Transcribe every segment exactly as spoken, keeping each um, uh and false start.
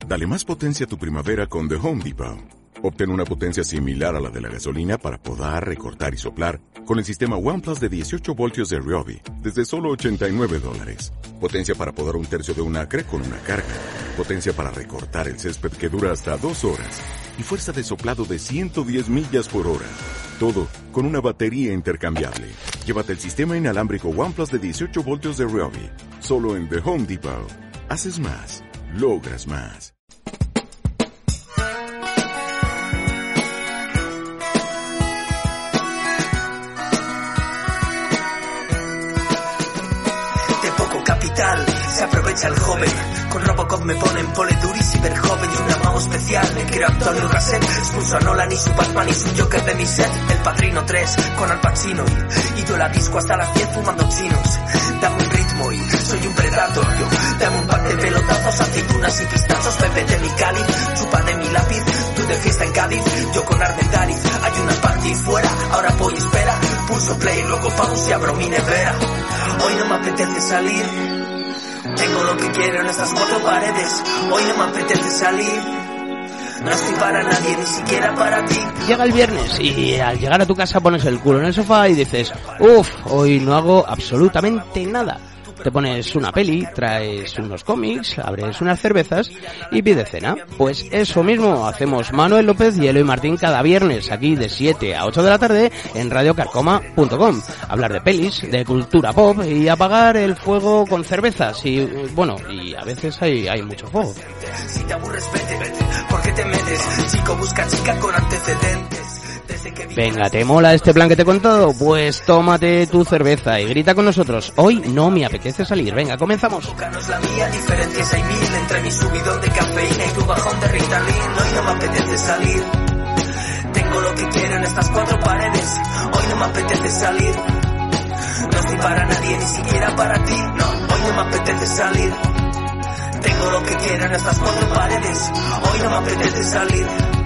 Dale más potencia a tu primavera con The Home Depot. Obtén una potencia similar a la de la gasolina para podar, recortar y soplar con el sistema OnePlus de dieciocho voltios de Ryobi desde solo ochenta y nueve dólares. Potencia para podar un tercio de un acre con una carga. Potencia para recortar el césped que dura hasta dos horas. Y fuerza de soplado de ciento diez millas por hora. Todo con una batería intercambiable. Llévate el sistema inalámbrico OnePlus de dieciocho voltios de Ryobi. Solo en The Home Depot. Haces más. Logras más. Se aprovecha el joven. Con Robocop me ponen Poledur y Ciberjoven. Y un amado especial me creo Antonio Gasset. Expulso a Nolan y su Batman y su Joker de mi set. El Padrino tres con Al Pacino. Y, y yo la disco hasta las diez fumando chinos. Dame un ritmo y soy un predator yo. Dame un pack de pelotazos, aceitunas y pistazos. Bebe de mi cáliz, chupa de mi lápiz. Tú de fiesta en Cádiz, yo con Armendáriz. Hay una party fuera, ahora voy y espera. Pulso play, luego pause y abro mi nevera. Hoy no me apetece salir. Tengo lo que quiero en estas cuatro paredes. Hoy no me apetece salir. No estoy para nadie, ni siquiera para ti. Llega el viernes y al llegar a tu casa pones el culo en el sofá y dices: uff, hoy no hago absolutamente nada. Te pones una peli, traes unos cómics, abres unas cervezas y pides cena. Pues eso mismo hacemos Manuel López y Eloy Martín cada viernes, aquí de siete a ocho de la tarde en radio carcoma punto com. Hablar de pelis, de cultura pop y apagar el fuego con cervezas. Y bueno, y a veces hay, hay mucho fuego. Si te aburres, vete, vete, ¿por qué te metes? Chico busca chica con antecedentes. Venga, ¿te mola este plan que te he contado? Pues tómate tu cerveza y grita con nosotros. Hoy no me apetece salir. Venga, comenzamos. No es la mía, diferencias hay mil entre mi subidón de cafeína y tu bajón de Ritalin. Hoy no me apetece salir. Tengo lo que quiero en estas cuatro paredes. Hoy no me apetece salir. No estoy para nadie, ni siquiera para ti. No, hoy no me apetece salir. Tengo lo que quiero en estas cuatro paredes. Hoy no me apetece salir.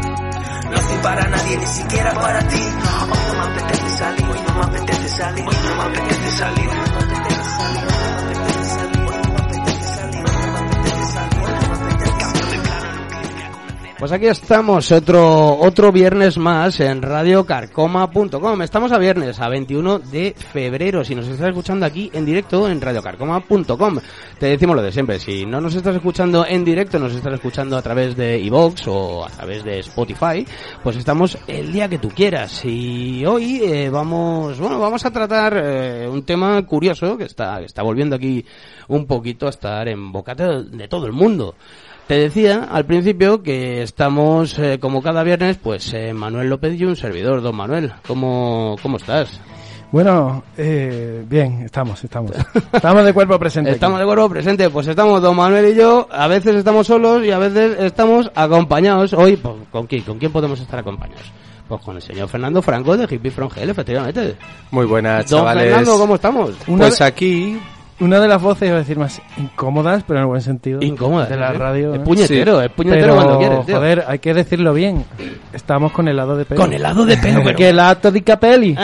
No estoy para nadie, ni siquiera para ti. Hoy no me apetece salir, hoy no me apetece salir, hoy no me apetece salir, hoy no me apetece salir, hoy no me apetece salir, hoy no me apetece salir, hoy no me apetece salir, hoy no me apetece cambio de plano. Pues aquí estamos, otro otro viernes más en radio carcoma punto com. Estamos a viernes, a veintiuno de febrero. Si nos estás escuchando aquí en directo en radio carcoma punto com, te decimos lo de siempre. Si no nos estás escuchando en directo, nos estás escuchando a través de iVoox o a través de Spotify, pues estamos el día que tú quieras. Y hoy eh, vamos bueno vamos a tratar eh, un tema curioso que está, que está volviendo aquí un poquito a estar en boca de, de todo el mundo. Te decía al principio que estamos, eh, como cada viernes, pues eh, Manuel López y un servidor. Don Manuel, ¿cómo, cómo estás? Bueno, eh, bien, estamos, estamos. Estamos de cuerpo presente. Estamos aquí. de cuerpo presente, pues estamos Don Manuel y yo, a veces estamos solos y a veces estamos acompañados. Hoy, pues, ¿con quién, con quién podemos estar acompañados? Pues con el señor Fernando Franco de Hippie From Hell, efectivamente. Muy buenas, Don chavales. Fernando, ¿cómo estamos? Una Pues de- aquí... Una de las voces, iba a decir más incómodas, pero en el buen sentido. Incómoda. De la ¿eh? radio. Es ¿eh? puñetero, Sí. es puñetero Pero, cuando quieres, tío. joder, hay que decirlo bien. Estamos con helado de pelo. Con helado de pelo, pero... Gelato di capelli.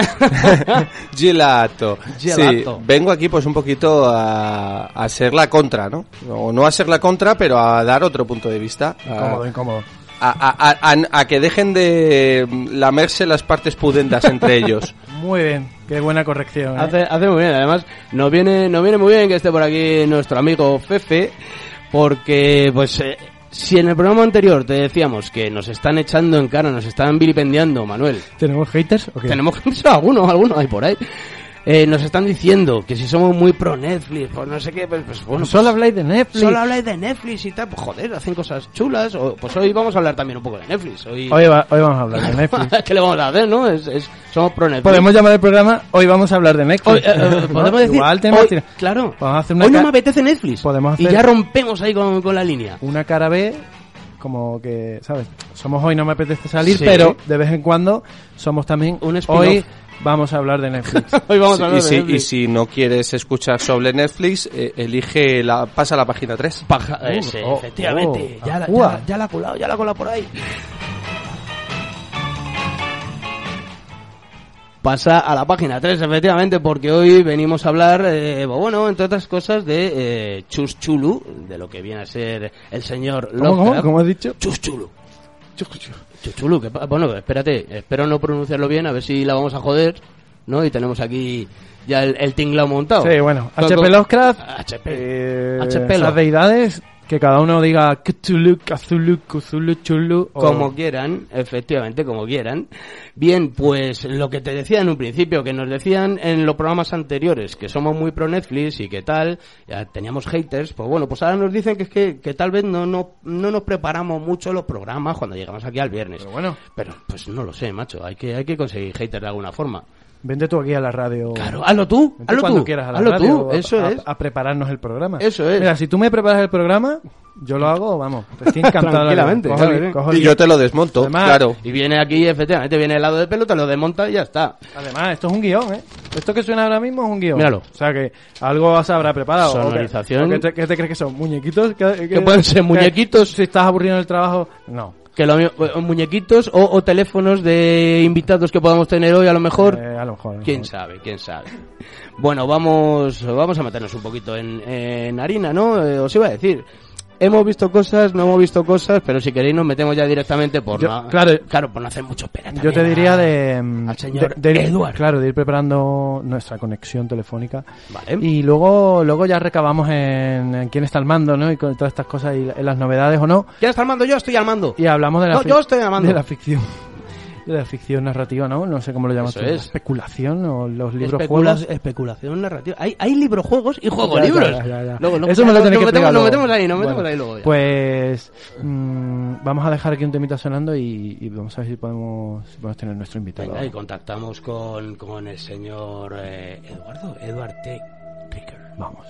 Gelato. Gelato. Sí, vengo aquí pues un poquito a, a ser la contra, ¿no? O no a ser la contra, pero a dar otro punto de vista. A, Incómodo, incómodo. a, a, a, a- a que dejen de lamerse las partes pudendas entre ellos. Muy bien, qué buena corrección. ¿eh? Hace, hace muy bien, además nos viene, nos viene muy bien que esté por aquí nuestro amigo Fefe, porque pues eh, si en el programa anterior te decíamos que nos están echando en cara, nos están vilipendiando, Manuel, ¿Tenemos haters o qué? tenemos algunos, algunos hay por ahí, eh, nos están diciendo que si somos muy pro Netflix, pues no sé qué, pues, pues bueno, Solo pues, habláis de Netflix. solo habláis de Netflix y tal, pues joder, hacen cosas chulas, o, pues hoy vamos a hablar también un poco de Netflix, hoy, Hoy, va- hoy vamos a hablar de Netflix. ¿qué le vamos a hacer, no? Es, es, somos pro Netflix. Podemos llamar el programa Hoy vamos a hablar de Netflix. Hoy, eh, eh, ¿No? podemos decir, Igual tenemos hoy- tira- claro, Vamos a hacer una hoy no ca- me apetece Netflix Podemos y hacer- ya rompemos ahí con, con la línea. una cara B, como que, ¿sabes? Somos Hoy no me apetece salir, Sí. pero de vez en cuando somos también Un spin-off. Hoy vamos a hablar de Netflix. Hoy vamos a Sí, hablar y, de si, Netflix. y si no quieres escuchar sobre Netflix, eh, elige la pasa a la página tres. Paja, Uh, ese, oh, efectivamente, oh, ya, la, ajúa. ya, ya la ha colado, ya la ha colado por ahí. pasa a la página tres, efectivamente, porque hoy venimos a hablar, eh, bueno, entre otras cosas, de eh, Chus Chulu, de lo que viene a ser el señor ¿Cómo, Lovecraft. cómo, cómo has dicho? Chus Chulu. Chus Chulu, que, bueno, espérate, espero no pronunciarlo bien, a ver si la vamos a joder, ¿no? Y tenemos aquí ya el, el tinglao montado. Sí, bueno, Con- H P con- Lovecraft, H P. eh, H P esas deidades, que cada uno diga Cthulhu, Cthulhu, Cthulhu, Chulu, o- Como quieran, efectivamente, como quieran. Bien, pues lo que te decía en un principio, que nos decían en los programas anteriores, que somos muy pro Netflix y que tal, ya teníamos haters, pues bueno, pues ahora nos dicen que es que, que tal vez no, no, no nos preparamos mucho los programas cuando llegamos aquí al viernes. Pero bueno. Pero pues no lo sé, macho, hay que, hay que conseguir haters de alguna forma. Vente tú aquí a la radio. Claro, hazlo tú, Vente hazlo cuando tú, quieras a la hazlo radio tú, a- eso a, es. a prepararnos el programa. Eso es. Mira, si tú me preparas el programa, yo lo hago, vamos, estoy encantado. Tranquilamente, Cojo el- claro, cojo el- Y yo te lo desmonto, Además- claro. Y viene aquí, efectivamente, viene el lado de pelo, te lo desmonta y ya está. Además, esto es un guión, ¿eh? Esto que suena ahora mismo es un guión. Míralo. O sea que algo se habrá preparado. ¿O qué- Sonorización. o ¿Qué te, qué te crees que son? ¿Muñequitos? ¿Que, Que pueden ser muñequitos. Si estás aburrido en el trabajo, no. Que lo, mi- o muñequitos o, o teléfonos de invitados que podamos tener hoy, a lo mejor. Eh, a lo mejor. a lo Quién mejor. sabe, quién sabe. Bueno, vamos, vamos a meternos un poquito en, en harina, ¿no? Eh, os iba a decir, hemos visto cosas, no hemos visto cosas, pero si queréis nos metemos ya directamente por Yo- no, claro. claro, por no hacer mucho pena. Yo te también diría a- de, mm, al señor de, de ir- Edward. claro, de ir preparando nuestra conexión telefónica. Vale. Y luego luego ya recabamos en, en quién está al mando, ¿no? Y con todas estas cosas y en las novedades o no. ¿Quién está al mando? Yo estoy al mando. Y hablamos de la No, fic- yo estoy llamando. de la ficción. De la ficción narrativa, ¿no? No sé cómo lo llamas Eso tú. ¿La es. especulación o los libros Especula- juegos. especulación narrativa. Hay, hay librojuegos y juegos Ya, ya, libros. ya, ya, ya. Luego, luego- Eso me lo nos tenéis que metemos, explicar nos luego. metemos ahí, nos metemos Bueno, ahí luego ya. Pues mm, vamos a dejar aquí un temita sonando y, y vamos a ver si podemos, si podemos tener nuestro invitado. Venga, y contactamos con, con el señor eh, Eduardo, Edward T. Ricker. Vamos.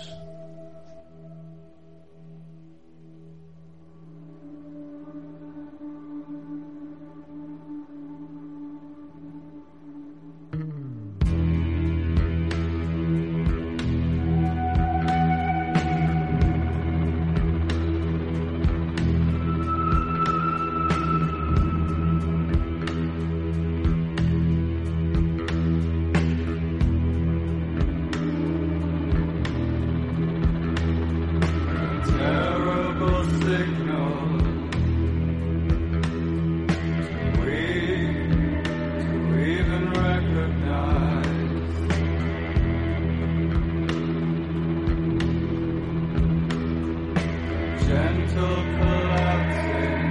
Terrible signal to wake, to even recognize. Gentle collapsing,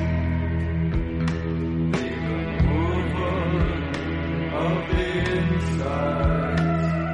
the removal of the insides.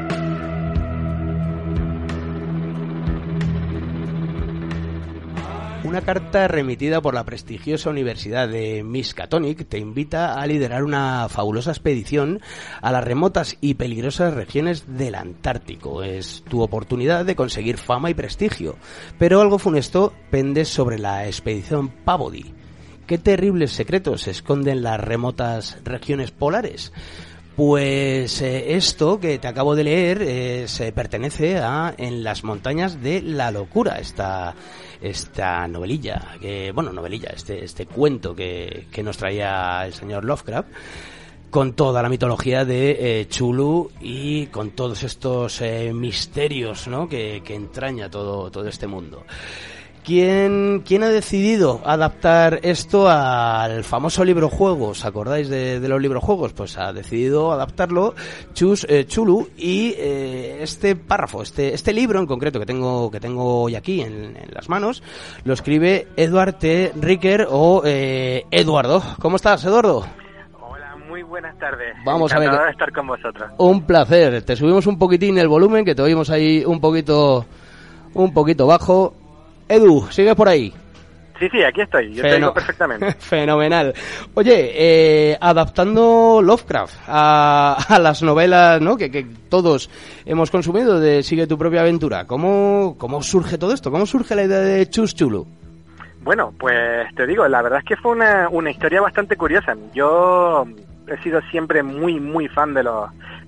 Una carta remitida por la prestigiosa Universidad de Miskatonic te invita a liderar una fabulosa expedición a las remotas y peligrosas regiones del Antártico. Es tu oportunidad de conseguir fama y prestigio, pero algo funesto pende sobre la expedición Pavody. ¿Qué terribles secretos se esconden en las remotas regiones polares? Pues eh, esto que te acabo de leer eh, se pertenece a En las montañas de la locura, esta esta novelilla, que bueno, novelilla, este este cuento que, que nos traía el señor Lovecraft, con toda la mitología de eh, Chulu y con todos estos eh, misterios, ¿no?, que, que entraña todo todo este mundo. ¿Quién, ¿Quién ha decidido adaptar esto al famoso librojuego? ¿Os acordáis de, de los librojuegos? Pues ha decidido adaptarlo Chus, eh, Chulu, y eh, este párrafo, este este libro en concreto que tengo que tengo hoy aquí en, en las manos, lo escribe Edward T. Ricker o eh, Eduardo. ¿Cómo estás, Eduardo? Hola, muy buenas tardes. Vamos a ver Encantado que- de estar con vosotros. Un placer. Te subimos un poquitín el volumen, que te oímos ahí un poquito un poquito bajo. Edu, ¿sigues por ahí? Sí, sí, aquí estoy. Yo te Feno- digo perfectamente. Fenomenal. Oye, eh, adaptando Lovecraft a, a las novelas, ¿no?, que, que todos hemos consumido de Sigue tu propia aventura, ¿cómo, cómo surge todo esto? ¿Cómo surge la idea de Chus Chulu? Bueno, pues te digo, la verdad es que fue una, una historia bastante curiosa. Yo he sido siempre muy, muy fan de los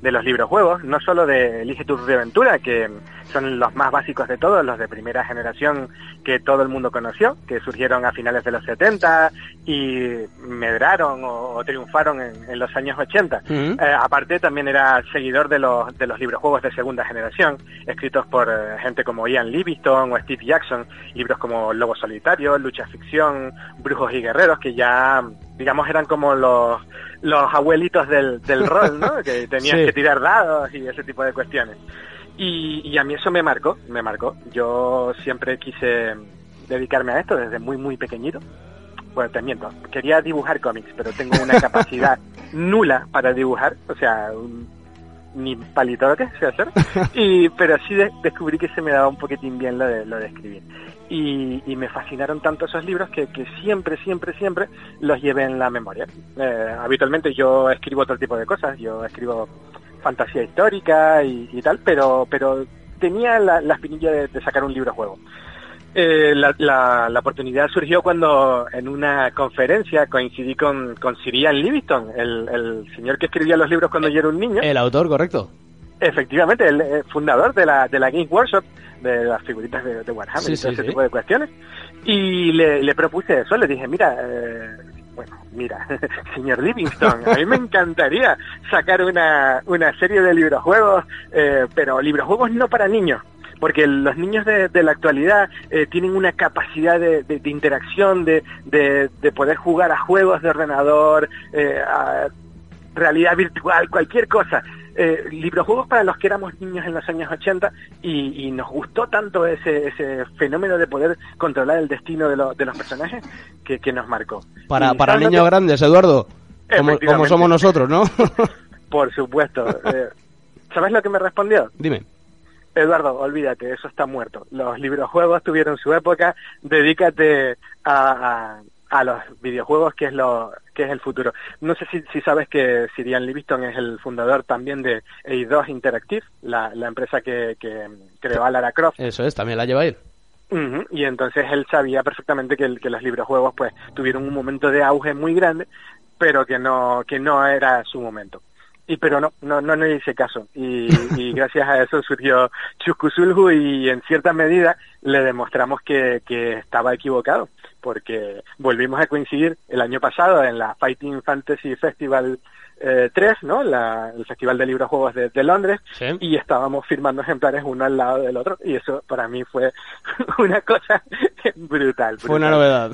de los libros juegos, no solo de Elige tu propia aventura, que son los más básicos de todos, los de primera generación que todo el mundo conoció, que surgieron a finales de los setenta y medraron o, o triunfaron en, en los años ochenta. Uh-huh. Eh, aparte también era seguidor de los de los libros juegos de segunda generación, escritos por eh, gente como Ian Livingstone o Steve Jackson, libros como Lobo Solitario, Lucha Ficción, Brujos y Guerreros, que ya, digamos, eran como los los abuelitos del, del rol, ¿no? Que tenías sí. que tirar dados y ese tipo de cuestiones. Y, y a mí eso me marcó, me marcó. Yo siempre quise dedicarme a esto desde muy, muy pequeñito. Bueno, te miento, quería dibujar cómics, pero tengo una capacidad nula para dibujar, o sea, un, ni palito lo que sé hacer. Y, pero sí de, descubrí que se me daba un poquitín bien lo de, lo de escribir. Y, y me fascinaron tanto esos libros que, que siempre, siempre, siempre los llevé en la memoria. Eh, habitualmente yo escribo otro tipo de cosas, yo escribo fantasía histórica y, y tal, pero pero tenía la, la espinilla de, de sacar un libro juego. Eh, la, la, la oportunidad surgió cuando en una conferencia coincidí con, con Sir Ian Livingstone, el, el señor que escribía los libros cuando yo era un niño. El autor, correcto. Efectivamente, el, el fundador de la de la Games Workshop, de las figuritas de, de Warhammer sí, y todo sí, ese sí. tipo de cuestiones. Y le, le propuse eso, le dije, mira, eh, bueno, mira, señor Livingstone, a mí me encantaría sacar una, una serie de librojuegos, eh, pero librojuegos no para niños, porque los niños de, de la actualidad eh, tienen una capacidad de, de, de interacción, de, de, de poder jugar a juegos de ordenador, eh, a realidad virtual, cualquier cosa. Eh, librojuegos para los que éramos niños en los años ochenta y, y nos gustó tanto ese ese fenómeno de poder controlar el destino de, lo, de los personajes que, que nos marcó. Para, para niños que... grandes, Eduardo, como, como somos nosotros, ¿no? Por supuesto. Eh, ¿Sabes lo que me respondió? Dime. Eduardo, olvídate, eso está muerto. Los librojuegos tuvieron su época, dedícate a... a a los videojuegos, que es lo que es el futuro. No sé si, si sabes que Sir Ian Livingstone es el fundador también de Eidos Interactive, la, la empresa que, que creó a Lara Croft. Eso es, también la lleva él. Uh-huh. Y entonces él sabía perfectamente que, el, que los librojuegos pues tuvieron un momento de auge muy grande, pero que no que no era su momento. Y pero no, no, no le hice caso. Y, y gracias a eso surgió Chuscusulhu y en cierta medida le demostramos que, que estaba equivocado, porque volvimos a coincidir el año pasado en la Fighting Fantasy Festival eh, tres, ¿no? La, el Festival de Libros Juegos de, de Londres, ¿sí? Y estábamos firmando ejemplares uno al lado del otro, y eso para mí fue una cosa brutal. brutal. Fue una novedad.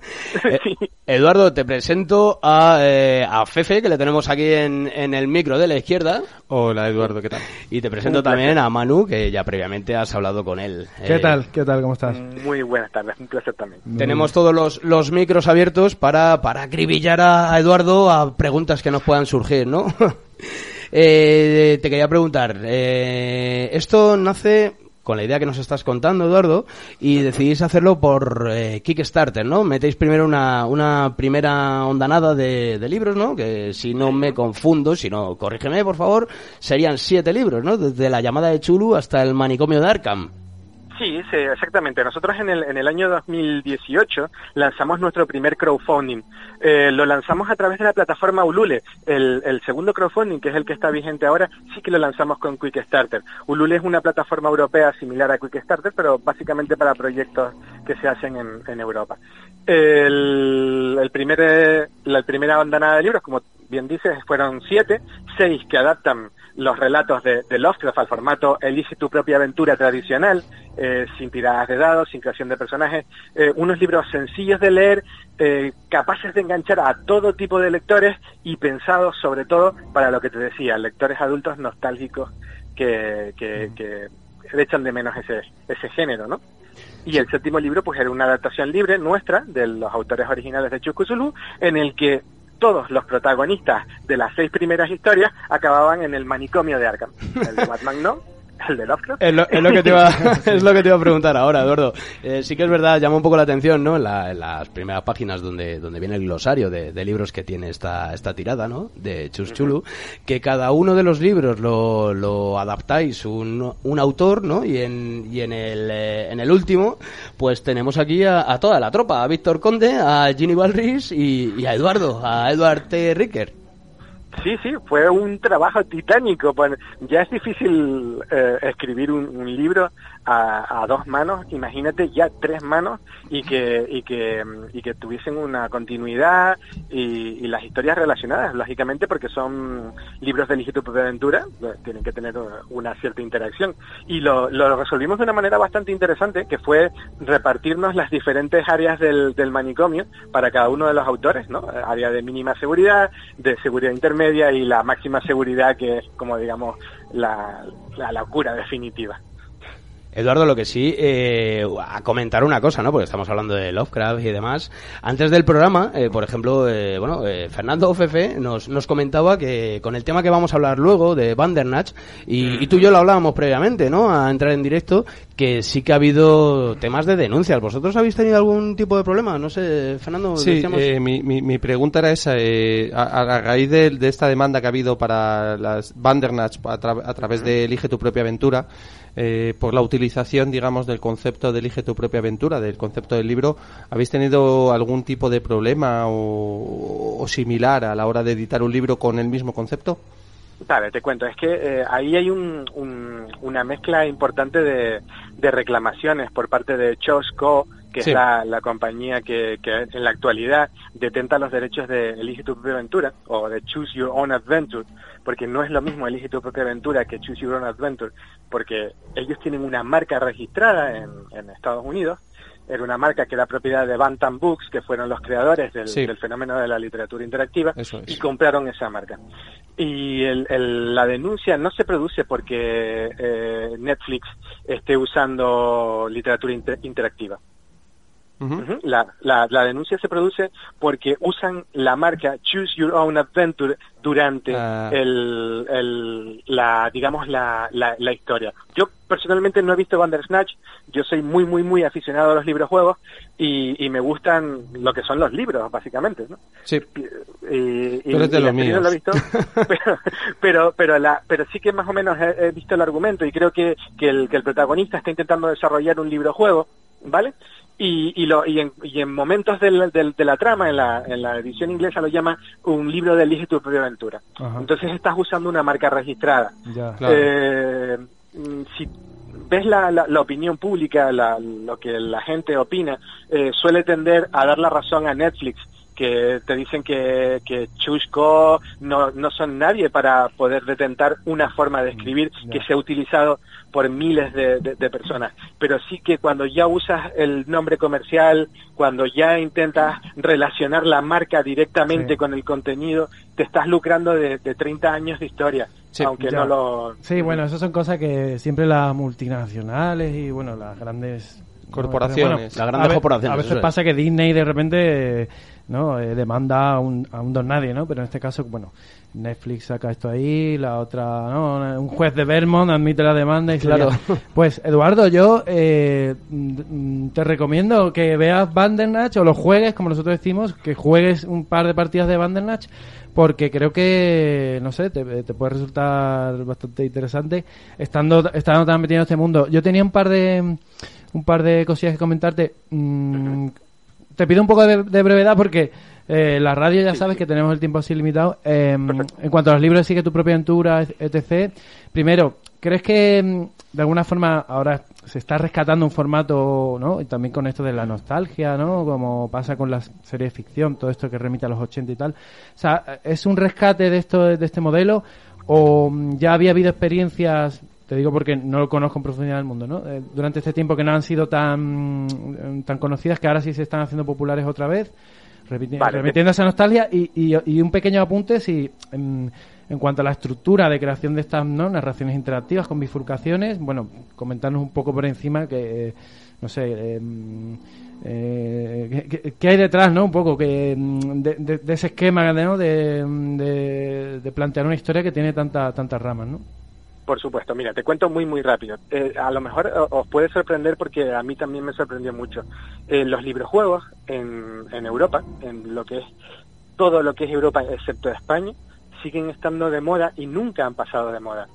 Sí. Eduardo, te presento a, eh, a Fefe, que le tenemos aquí en, en el micro de la izquierda. Hola, Eduardo, ¿qué tal? Y te presento también a Manu, que ya previamente has hablado con él. ¿Qué eh, tal? ¿Qué tal? ¿Cómo estás? Muy buenas tardes, un placer también. Tenemos todos los, los micros abiertos para, para acribillar a, a Eduardo a preguntas que nos puedan surgir, ¿no? eh, te quería preguntar, eh, esto nace con la idea que nos estás contando, Eduardo, y decidís hacerlo por eh, Kickstarter, ¿no? Metéis primero una, una primera ondanada de, de libros, ¿no? Que si no me confundo, si no, corrígeme, por favor, serían siete libros, ¿no? Desde La llamada de Chulu hasta El manicomio de Arkham. Sí, sí, exactamente. Nosotros en el, en el año dos mil dieciocho lanzamos nuestro primer crowdfunding. Eh, lo lanzamos a través de la plataforma Ulule. El, el segundo crowdfunding, que es el que está vigente ahora, sí que lo lanzamos con Quickstarter. Ulule es una plataforma europea similar a Quickstarter, pero básicamente para proyectos que se hacen en, en Europa. El, el primer, la primera andanada de libros, como bien dices, fueron siete, seis que adaptan los relatos de, de Lovecraft al formato Elige tu propia aventura tradicional, eh, sin tiradas de dados, sin creación de personajes, eh, unos libros sencillos de leer, eh, capaces de enganchar a todo tipo de lectores y pensados sobre todo para lo que te decía, lectores adultos nostálgicos que, que, que echan de menos ese, ese género, ¿no? Y el séptimo libro pues era una adaptación libre nuestra de los autores originales de Chuscusulhu, en el que todos los protagonistas de las seis primeras historias acababan en el manicomio de Arkham. El de Batman no, el de Lovecraft. Es lo, es lo que te iba, es lo que te iba a preguntar ahora, Eduardo. Eh, sí que es verdad, llama un poco la atención, ¿no? En, la, en las primeras páginas donde donde viene el glosario de, de libros que tiene esta esta tirada, ¿no? De Chus Chulu, uh-huh. Que cada uno de los libros lo, lo adaptáis un, un autor, ¿no? Y en y en el eh, en el último, pues tenemos aquí a, a toda la tropa, a Víctor Conde, a Ginny Balris y, y a Eduardo, a Edward T. Ricker. Sí, sí, fue un trabajo titánico. Pues ya es difícil eh, escribir un, un libro a, a dos manos, imagínate ya tres manos y que y que y que tuviesen una continuidad y, y las historias relacionadas, lógicamente, porque son libros de Elige tu propia aventura, tienen que tener una cierta interacción. Y lo, lo resolvimos de una manera bastante interesante, que fue repartirnos las diferentes áreas del, del manicomio para cada uno de los autores, ¿no? Área de mínima seguridad, de seguridad intermedia y la máxima seguridad, que es como, digamos, la, la locura definitiva. Eduardo, lo que sí, eh, a comentar una cosa, ¿no? Porque estamos hablando de Lovecraft y demás. Antes del programa, eh, por ejemplo, eh, bueno, eh, Fernando Fefe nos, nos comentaba que con el tema que vamos a hablar luego de Bandersnatch, y, y tú y yo lo hablábamos previamente, ¿no? A entrar en directo, que sí que ha habido temas de denuncias. ¿Vosotros habéis tenido algún tipo de problema? No sé, Fernando. Sí, decíamos... eh, mi, mi, mi pregunta era esa. Eh, a, a raíz de, de esta demanda que ha habido para las Bandersnatch a, tra- a través de Elige tu propia aventura, Eh, por la utilización, digamos, del concepto de Elige tu propia aventura, del concepto del libro, ¿habéis tenido algún tipo de problema o, o similar a la hora de editar un libro con el mismo concepto? Vale, te cuento, es que eh, ahí hay un, un, una mezcla importante de, de reclamaciones por parte de Chosco, que Sí. es la, la compañía que, que en la actualidad detenta los derechos de Elige tu propia aventura, o de Choose Your Own Adventure, porque no es lo mismo Elige tu propia aventura que Choose Your Own Adventure, porque ellos tienen una marca registrada en, en Estados Unidos. Era una marca que era propiedad de Bantam Books, que fueron los creadores del, Sí. del fenómeno de la literatura interactiva, Eso es. y compraron esa marca. Y el, el, la denuncia no se produce porque eh, Netflix esté usando literatura inter, interactiva. Uh-huh. Uh-huh. La, la, la denuncia se produce porque usan la marca Choose Your Own Adventure durante Ah. el, el, la, digamos, la, la, la historia. Yo personalmente no he visto Bandersnatch, yo soy muy, muy, muy aficionado a los librojuegos y, y me gustan lo que son los libros, básicamente, ¿no? Sí. Y, y, Tú eres de y los la serie míos. no la he visto, pero, pero, pero, la, pero sí que más o menos he, he visto el argumento y creo que, que, el, que el protagonista está intentando desarrollar un librojuego, ¿vale? Y, y, lo, y, en, y en momentos del, del, de la trama, en la, en la edición inglesa lo llama un libro de Elige tu propia aventura. Ajá. Entonces estás usando una marca registrada. Ya. Claro. Eh, mm, si ves la, la, la opinión pública, la, lo que la gente opina, eh, suele tender a dar la razón a Netflix, que te dicen que, que Chusco no, no son nadie para poder detentar una forma de escribir Ya. que se ha utilizado por miles de, de, de personas. Pero sí que cuando ya usas el nombre comercial, cuando ya intentas relacionar la marca directamente Sí. con el contenido, te estás lucrando de, de treinta años de historia, Sí, aunque ya. no lo... Sí, bueno, esas son cosas que siempre las multinacionales y, bueno, las grandes... Corporaciones. Bueno, Las grandes a ve- corporaciones, A veces eso es. pasa que Disney de repente, ¿no? Eh, demanda a un, a un don nadie, ¿no? Pero en este caso, bueno, Netflix saca esto ahí, la otra, ¿no? Un juez de Vermont admite la demanda y Claro. sería- Pues, Eduardo, yo eh, mm, te recomiendo que veas Bandersnatch o lo juegues, como nosotros decimos, que juegues un par de partidas de Bandersnatch, porque creo que, no sé, te, te puede resultar bastante interesante estando, estando tan metido en este mundo. Yo tenía un par de un par de cosillas que comentarte. Mm, te pido un poco de, de brevedad porque eh, la radio ya sabes que tenemos el tiempo así limitado. Eh, en cuanto a los libros, Sigue tu propia aventura, etcétera. Primero, ¿crees que mm, de alguna forma ahora se está rescatando un formato, ¿no? Y también con esto de la nostalgia, ¿no? Como pasa con las series de ficción, todo esto que remite a los ochenta y tal. O sea, ¿es un rescate de esto, de este modelo? ¿O mm, ya había habido experiencias? Te digo porque no lo conozco en profundidad del mundo, ¿no? Eh, durante este tiempo que no han sido tan tan conocidas, que ahora sí se están haciendo populares otra vez, repiti- Vale, remitiendo esa nostalgia. Y, y, y un pequeño apunte si en, en cuanto a la estructura de creación de estas, ¿no?, narraciones interactivas con bifurcaciones, bueno, comentarnos un poco por encima que, eh, no sé, eh, eh, ¿qué, qué hay detrás, ¿no? Un poco que de, de, de ese esquema, ¿no?, de, de, de plantear una historia que tiene tanta, tantas ramas, ¿no? Por supuesto, mira, te cuento muy, muy rápido. Eh, a lo mejor o- os puede sorprender porque a mí también me sorprendió mucho. Eh, los librojuegos en, en Europa, en lo que es todo lo que es Europa excepto España, siguen estando de moda y nunca han pasado de moda.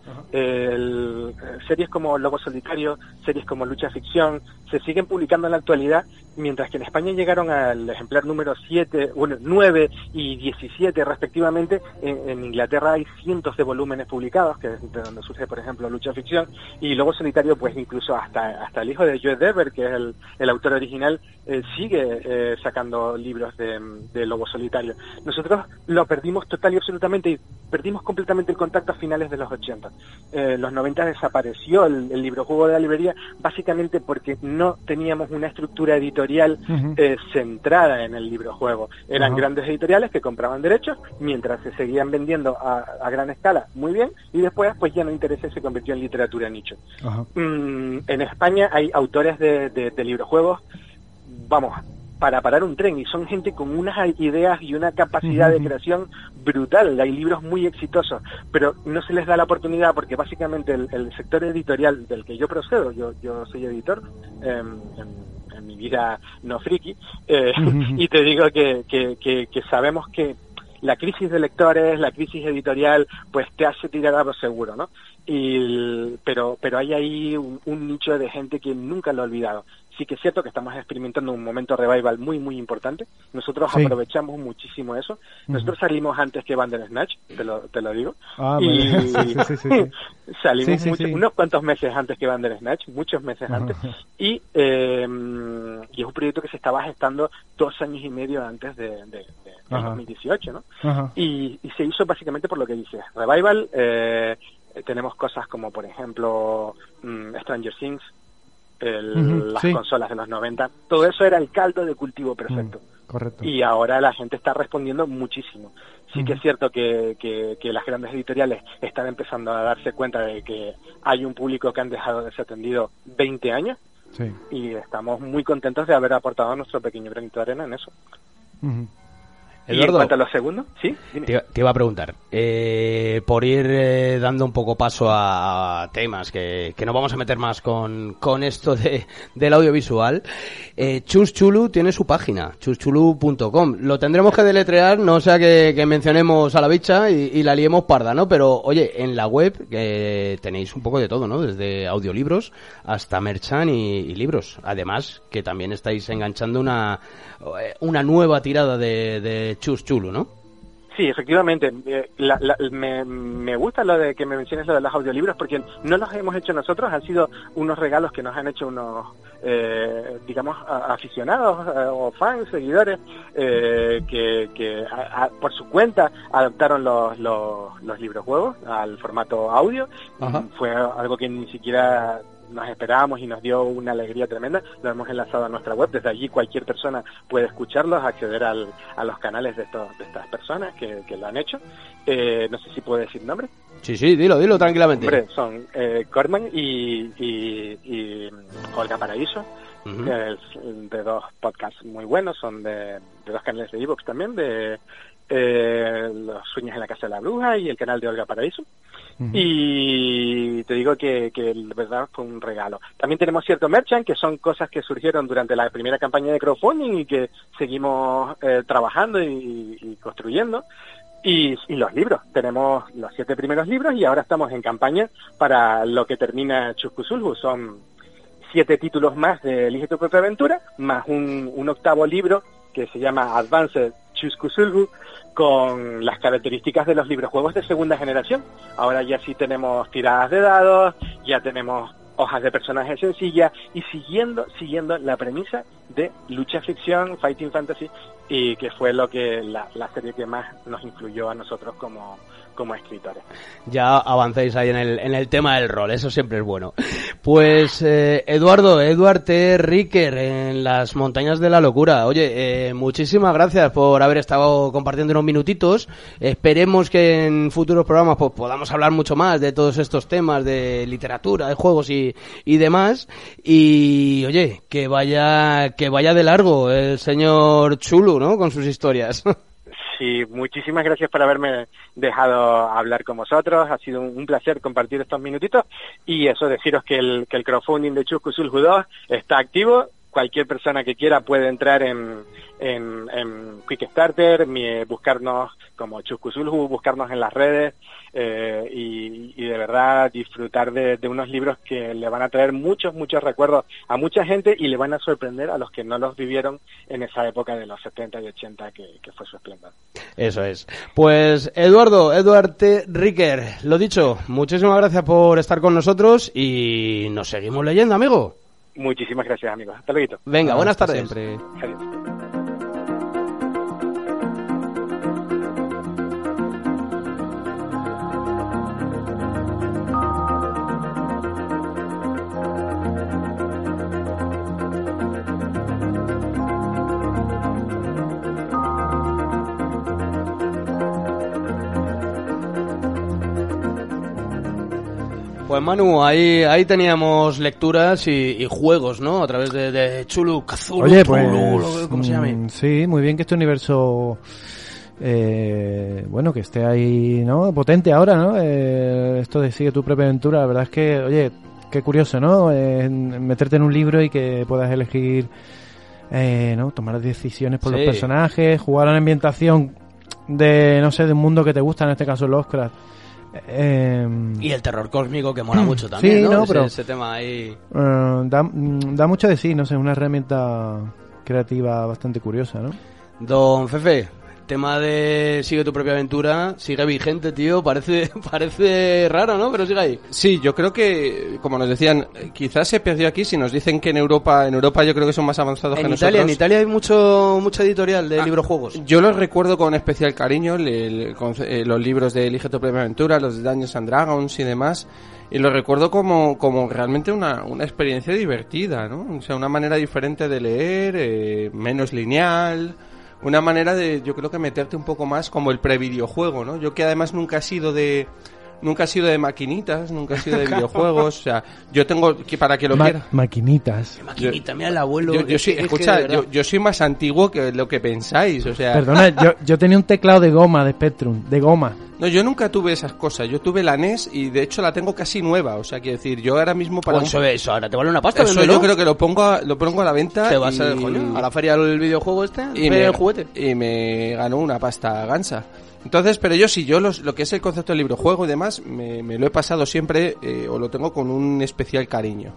El, series como Lobo Solitario, series como Lucha Ficción, se siguen publicando en la actualidad, mientras que en España llegaron al ejemplar número siete, bueno, nueve y diecisiete respectivamente. En, en Inglaterra hay cientos de volúmenes publicados, que es de donde surge, por ejemplo, Lucha Ficción, y Lobo Solitario, pues incluso hasta hasta el hijo de Joe Dever, que es el, el autor original, eh, sigue eh, sacando libros de, de Lobo Solitario. Nosotros lo perdimos total y absolutamente, y perdimos completamente el contacto a finales de los ochenta. En eh, los noventa desapareció el, el libro juego de la librería, básicamente porque no teníamos una estructura editorial uh-huh. eh, centrada en el libro juego. Eran uh-huh. grandes editoriales que compraban derechos, mientras se seguían vendiendo a, a gran escala muy bien, y después pues ya no interesa y se convirtió en literatura nicho. Uh-huh. Mm, en España hay autores de, de, de librojuegos, vamos, para parar un tren, y son gente con unas ideas y una capacidad uh-huh. de creación brutal. Hay libros muy exitosos, pero no se les da la oportunidad porque básicamente el, el sector editorial del que yo procedo, yo, yo soy editor eh, en, en mi vida no friki, eh, uh-huh. y te digo que, que, que, que sabemos que la crisis de lectores, la crisis editorial, pues te hace tirar a lo seguro, ¿no? Y, pero, pero hay ahí un, un nicho de gente que nunca lo ha olvidado. Sí que es cierto que estamos experimentando un momento revival muy, muy importante. Nosotros sí. aprovechamos muchísimo eso. Nosotros uh-huh. salimos antes que Bandersnatch, te lo, te lo digo. Ah, y sí, sí, sí, sí. salimos sí, sí, mucho, sí. unos cuantos meses antes que Bandersnatch, muchos meses uh-huh. antes. Y, eh, y es un proyecto que se estaba gestando dos años y medio antes de, de, de, de uh-huh. dos mil dieciocho, ¿no? Uh-huh. Y, y se hizo básicamente por lo que dices. Revival, eh, tenemos cosas como, por ejemplo, um, Stranger Things, el, uh-huh, las sí. consolas de los noventa, todo eso era el caldo de cultivo perfecto. Uh, correcto. Y ahora la gente está respondiendo muchísimo. Sí uh-huh. que es cierto que, que, que las grandes editoriales están empezando a darse cuenta de que hay un público que han dejado desatendido veinte años, sí. y estamos muy contentos de haber aportado nuestro pequeño granito de arena en eso. Uh-huh. Eduardo, ¿y en cuanto a los segundos? Sí, dime. Te, te iba a preguntar, eh, por ir eh, dando un poco paso a temas que, que no vamos a meter más con, con esto de, del audiovisual, eh, Chus Chulu tiene su página, chus chulu punto com. Lo tendremos que deletrear, no sea que, que mencionemos a la bicha y, y la liemos parda, ¿no? Pero, oye, en la web eh, tenéis un poco de todo, ¿no? Desde audiolibros hasta merchan y, y libros. Además, que también estáis enganchando una, una nueva tirada de, de Chus Chulu, ¿no? Sí, efectivamente. Eh, la, la, me, me gusta lo de que me menciones lo de los audiolibros, porque no los hemos hecho nosotros, han sido unos regalos que nos han hecho unos, eh, digamos, a, aficionados eh, o fans, seguidores, eh, que, que a, a, por su cuenta adaptaron los, los, los librojuegos al formato audio. Ajá. Fue algo que ni siquiera nos esperábamos y nos dio una alegría tremenda. Lo hemos enlazado a nuestra web. Desde allí cualquier persona puede escucharlos, acceder al, a los canales de, estos, de estas personas que, que lo han hecho. Eh, no sé si puedo decir nombre. Sí, sí, dilo, dilo tranquilamente. Hombre, son eh, Corman y, y, y Olga Paraíso, uh-huh. eh, de dos podcasts muy buenos, son de, de dos canales de iVoox también, de eh, Los Sueños en la Casa de la Bruja y el canal de Olga Paraíso. Uh-huh. Y te digo que, que la verdad fue un regalo. También tenemos cierto merchant, que son cosas que surgieron durante la primera campaña de crowdfunding y que seguimos eh, trabajando y, y construyendo. Y, y los libros, tenemos los siete primeros libros y ahora estamos en campaña para lo que termina Chuscusulhu. Son siete títulos más de Elige tu propia aventura, más un, un octavo libro que se llama Advanced Chuscusulhu, con las características de los librojuegos de segunda generación. Ahora ya sí tenemos tiradas de dados, ya tenemos hojas de personajes sencillas y siguiendo siguiendo la premisa de lucha ficción, fighting fantasy, y que fue lo que la, la serie que más nos influyó a nosotros como como escritores. Ya avancéis ahí en el en el tema del rol, eso siempre es bueno. Pues eh, Eduardo, Eduard T. Ricker en las montañas de la locura. Oye, eh, muchísimas gracias por haber estado compartiendo unos minutitos. Esperemos que en futuros programas pues podamos hablar mucho más de todos estos temas de literatura, de juegos y, y demás. Y oye, que vaya que vaya de largo el señor Chulu, ¿no? Con sus historias. Sí, muchísimas gracias por haberme dejado hablar con vosotros. Ha sido un placer compartir estos minutitos. Y eso, deciros que el, que el crowdfunding de Chuscusulhu dos está activo. Cualquier persona que quiera puede entrar en, en, en Quickstarter, mi, buscarnos como Chuscusulhu, buscarnos en las redes eh, y, y de verdad disfrutar de, de unos libros que le van a traer muchos, muchos recuerdos a mucha gente y le van a sorprender a los que no los vivieron en esa época de los setenta y ochenta que, que fue su esplendor. Eso es. Pues Eduardo, Eduard T. Ricker, lo dicho, muchísimas gracias por estar con nosotros y nos seguimos leyendo, amigo. Muchísimas gracias, amigos. Hasta luego. Venga, Ah, buenas hasta tardes. siempre. Adiós. Pues Manu, ahí ahí teníamos lecturas y, y juegos, ¿no? A través de, de Chulu, Cthulhu, Oye, pues, Cthulhu, lo- ¿cómo se llame? mm, sí, muy bien que este universo, eh, bueno, que esté ahí, ¿no? Potente ahora, ¿no? Eh, esto de sigue tu propia aventura, la verdad es que, oye, qué curioso, ¿no? Eh, meterte en un libro y que puedas elegir, eh, ¿no? Tomar decisiones por Sí. los personajes, jugar a una ambientación de, no sé, de un mundo que te gusta, en este caso Lovecraft. Eh, Y el terror cósmico que mola mucho también, Sí, ¿no? no, ese, pero- ese tema ahí. eh, da, mm, da mucho de sí, no sé, una herramienta creativa bastante curiosa, ¿no? Don Fefe, tema de sigue tu propia aventura, sigue vigente, tío, parece parece raro, ¿no? Pero sigue ahí. Sí, yo creo que, como nos decían, eh, quizás se perdió aquí. Si nos dicen que en Europa, en Europa yo creo que son más avanzados En que Italia, en nosotros. Italia hay mucho mucha editorial de Ah, librojuegos. Yo los recuerdo con especial cariño, el- el- con- eh, los libros de Elige tu propia aventura, los de Dungeons and Dragons y demás, y los recuerdo como, como realmente una, una experiencia divertida, ¿no? O sea, una manera diferente de leer, eh, menos lineal, una manera de, yo creo que meterte un poco más como el prevideojuego, ¿no? Yo que además nunca he sido de... Nunca he sido de maquinitas, nunca he sido de videojuegos, o sea, yo tengo, que para que lo Ma- quiera... maquinitas. Maquinita, mira el abuelo. Yo, yo es soy, que- es que escucha, de verdad. yo, yo soy más antiguo que lo que pensáis, o sea... Perdona, yo, yo tenía un teclado de goma de Spectrum, de goma. No, yo nunca tuve esas cosas. Yo tuve la N E S y de hecho la tengo casi nueva. O sea, quiero decir, yo ahora mismo para... Pues eso, eso, ahora te vale una pasta, Eso véndelo. yo creo que lo pongo a, lo pongo a la venta. Te vas y, a, coño, a la feria del videojuego este, y feria me, del juguete. y me ganó una pasta gansa. Entonces, pero yo sí, yo los, lo que es el concepto del librojuego y demás, me, me lo he pasado siempre eh, o lo tengo con un especial cariño.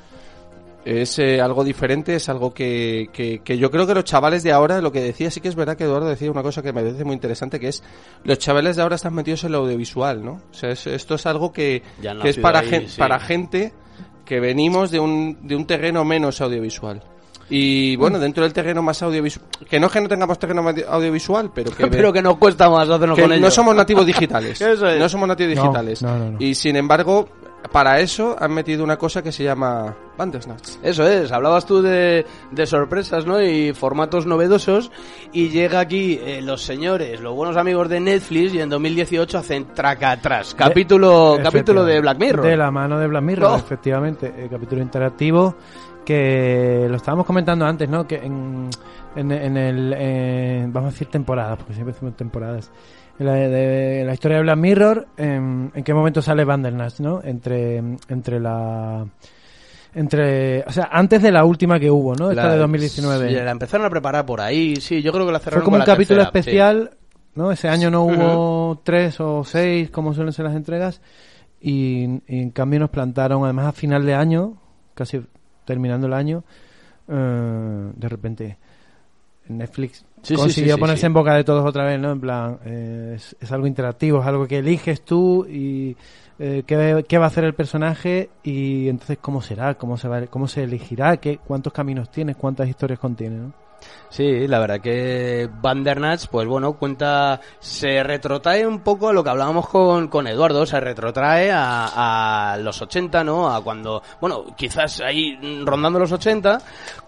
Es eh, algo diferente, es algo que, que, que yo creo que los chavales de ahora, lo que decía, sí que es verdad que Eduardo decía una cosa que me parece muy interesante, que es los chavales de ahora están metidos en lo audiovisual, ¿no? O sea, es- esto es algo que, Ya han que es nacido para, ahí, gen- sí. para gente que venimos de un, de un terreno menos audiovisual. Y bueno, dentro del terreno más audiovisual, que no es que no tengamos terreno ma- audiovisual, pero que, Pero que nos cuesta más hacernos que con no ello. somos nativos digitales. Eso es. No somos nativos No, digitales. no, no, no. Y sin embargo, para eso han metido una cosa que se llama Bandersnatch. Eso es, hablabas tú de, de sorpresas, ¿no? Y formatos novedosos y llega aquí eh, los señores, los buenos amigos de Netflix y en dos mil dieciocho hacen traca atrás, capítulo, De- capítulo de Black Mirror. De la mano de Black Mirror, No. efectivamente. El capítulo interactivo que lo estábamos comentando antes, ¿no? Que en, en, en el... en- vamos a decir temporadas, porque siempre decimos temporadas. En la, de, la historia de Black Mirror, en, en qué momento sale Bandersnatch, ¿no? Entre, entre la... Entre, o sea, antes de la última que hubo, ¿no? Esta La- de dos mil diecinueve. sí, la empezaron a preparar por ahí, sí, yo creo que la cerraron Fue como con un la capítulo tercera, especial, ¿no? Ese año no hubo tres o seis, como suelen ser las entregas, y, y en cambio nos plantaron, además a final de año, casi terminando el año, eh, de repente Netflix Sí, sí, consiguió sí, sí, ponerse sí. en boca de todos otra vez, ¿no? En plan, eh, es, es algo interactivo, es algo que eliges tú y eh, qué, qué va a hacer el personaje y entonces cómo será, cómo se va, cómo se elegirá, qué, cuántos caminos tienes, cuántas historias contiene, ¿no? Sí, la verdad que Bandersnatch, pues bueno, cuenta, se retrotrae un poco a lo que hablábamos con, con Eduardo, se retrotrae a, a los ochenta, ¿no? A cuando, bueno, quizás ahí rondando los ochenta,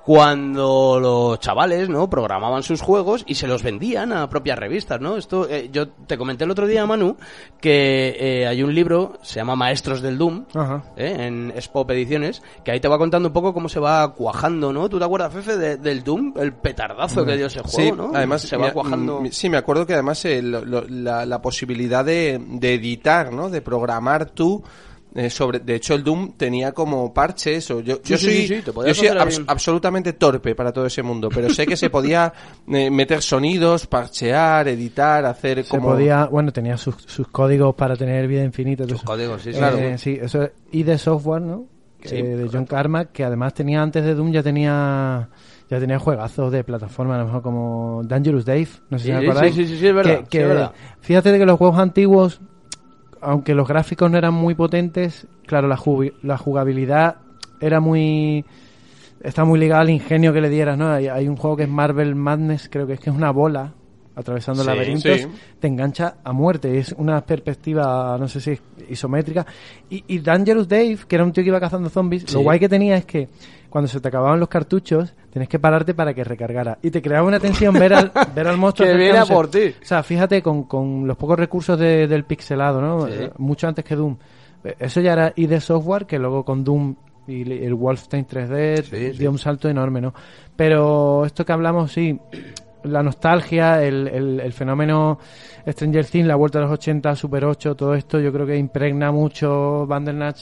cuando los chavales, ¿no? Programaban sus juegos y se los vendían a propias revistas, ¿no? Esto, eh, yo te comenté el otro día, Manu, que eh, hay un libro, se llama Maestros del Doom, Ajá. ¿eh? En Spop Ediciones, que ahí te va contando un poco cómo se va cuajando, ¿no? ¿Tú te acuerdas, Fefe, de- del Doom? El petardazo que dio ese juego, Sí, ¿no? además se va me- cuajando. mm, sí, me acuerdo que además eh, lo- lo- la, la posibilidad de, de editar, ¿no? De programar tú eh, sobre, de hecho el Doom tenía como parches o yo, Sí, yo sí, soy, sí, sí, te yo podías soy hacer abs- ahí. absolutamente torpe para todo ese mundo, pero sé que se podía eh, meter sonidos, parchear, editar, hacer Se como podía, bueno, tenía sus, sus códigos para tener vida infinita. todo Sus eso. códigos, sí, Eh, claro. sí, eso es I D Software, ¿no? Sí, Eh, de John correcto. Carmack, que además tenía antes de Doom ya tenía ya tenía juegazos de plataforma, a lo mejor como Dangerous Dave, no sé Sí, si me sí, acordáis. sí, sí, sí, es verdad, Que, sí, que es verdad. Fíjate de que los juegos antiguos, aunque los gráficos no eran muy potentes, claro, la, jubi- la jugabilidad era muy... Está muy ligada al ingenio que le dieras, ¿no? Hay, hay un juego que es Marvel Madness, creo que es que es una bola atravesando Sí, laberintos, sí. te engancha a muerte. Es una perspectiva, no sé si es isométrica. Y, y Dangerous Dave, que era un tío que iba cazando zombies, Sí. lo guay que tenía es que cuando se te acababan los cartuchos, tenías que pararte para que recargara. Y te creaba una tensión ver al, ver al monstruo Que viene a acercándose. por ti. O sea, fíjate, con, con los pocos recursos de- del pixelado, ¿no? Sí. Eh, Mucho antes que Doom. Eh, Eso ya era I D Software, que luego con Doom y le- el Wolfenstein tres D Sí, sí. dio un salto enorme, ¿no? Pero esto que hablamos, sí, la nostalgia, el, el, el fenómeno Stranger Things, la vuelta a los ochenta, Super ocho, todo esto yo creo que impregna mucho Bandersnatch,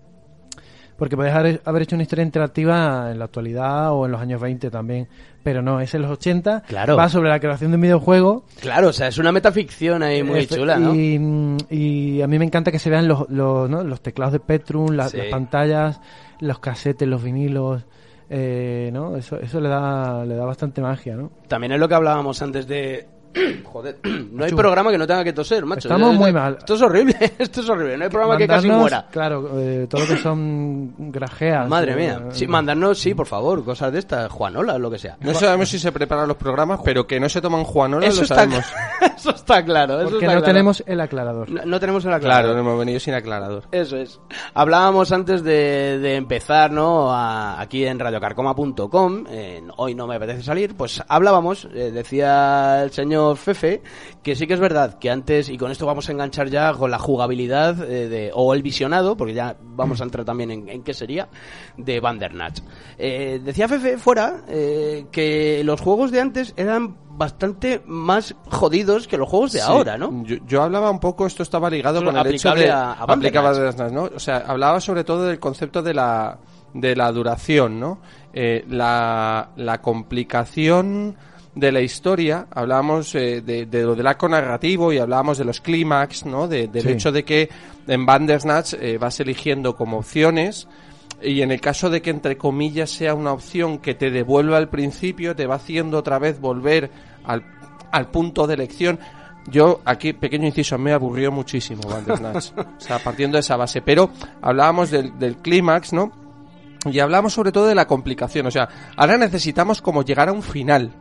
porque podés haber, haber hecho una historia interactiva en la actualidad o en los años veinte también, pero no, es en los ochenta, Claro. va sobre la creación de un videojuego. Claro, o sea, es una metaficción ahí muy Efe- chula, ¿no? Y, mm, y a mí me encanta que se vean los, los, ¿no? los teclados de Spectrum, la- Sí. las pantallas, los casetes, los vinilos, eh, ¿no? Eso, eso le da, le da bastante magia, ¿no? También es lo que hablábamos antes de... Joder, no hay Macho. programa que no tenga que toser, macho. Estamos Es- muy es- mal. Esto es horrible, esto es horrible. No hay programa que casi Mandarnos, muera. Claro, eh, todo lo que son grajeas. Madre eh, mía. Sí, mandarnos, sí, por favor, cosas de estas, Juanola, lo que sea. no sabemos si se preparan los programas, pero que no se toman Juanola Eso lo está, sabemos. eso está claro. Eso Porque está no claro. tenemos el aclarador. No, no tenemos el Claro, aclarador. no hemos venido sin aclarador. Eso es. Hablábamos antes de, de empezar, ¿no? A- aquí en radiocarcoma punto com, en Hoy no me apetece salir, pues hablábamos, eh, decía el señor Fefe, que sí que es verdad que antes, y con esto vamos a enganchar ya con la jugabilidad eh, de, o el visionado, porque ya vamos a entrar también en, en qué sería, de Bandersnatch. Eh, decía Fefe fuera eh, que los juegos de antes eran bastante más jodidos que los juegos de Sí, ahora, ¿no? Yo, yo hablaba un poco, esto está ligado Eso con el hecho aplicable de... a- a aplicable a Bandersnatch. Bandersnatch, ¿no? O sea, hablaba sobre todo del concepto de la, de la duración, ¿no? Eh, la, la complicación de la historia, hablábamos eh, de, de lo del arco narrativo y hablábamos de los clímax, ¿no? De, del Sí. hecho de que en Bandersnatch eh, vas eligiendo como opciones y en el caso de que entre comillas sea una opción que te devuelva al principio, te va haciendo otra vez volver al, al punto de elección. Yo, aquí, pequeño inciso, me aburrió muchísimo Bandersnatch. O sea, partiendo de esa base. Pero hablábamos del, del clímax, ¿no? Y hablamos sobre todo de la complicación. O sea, ahora necesitamos como llegar a un final.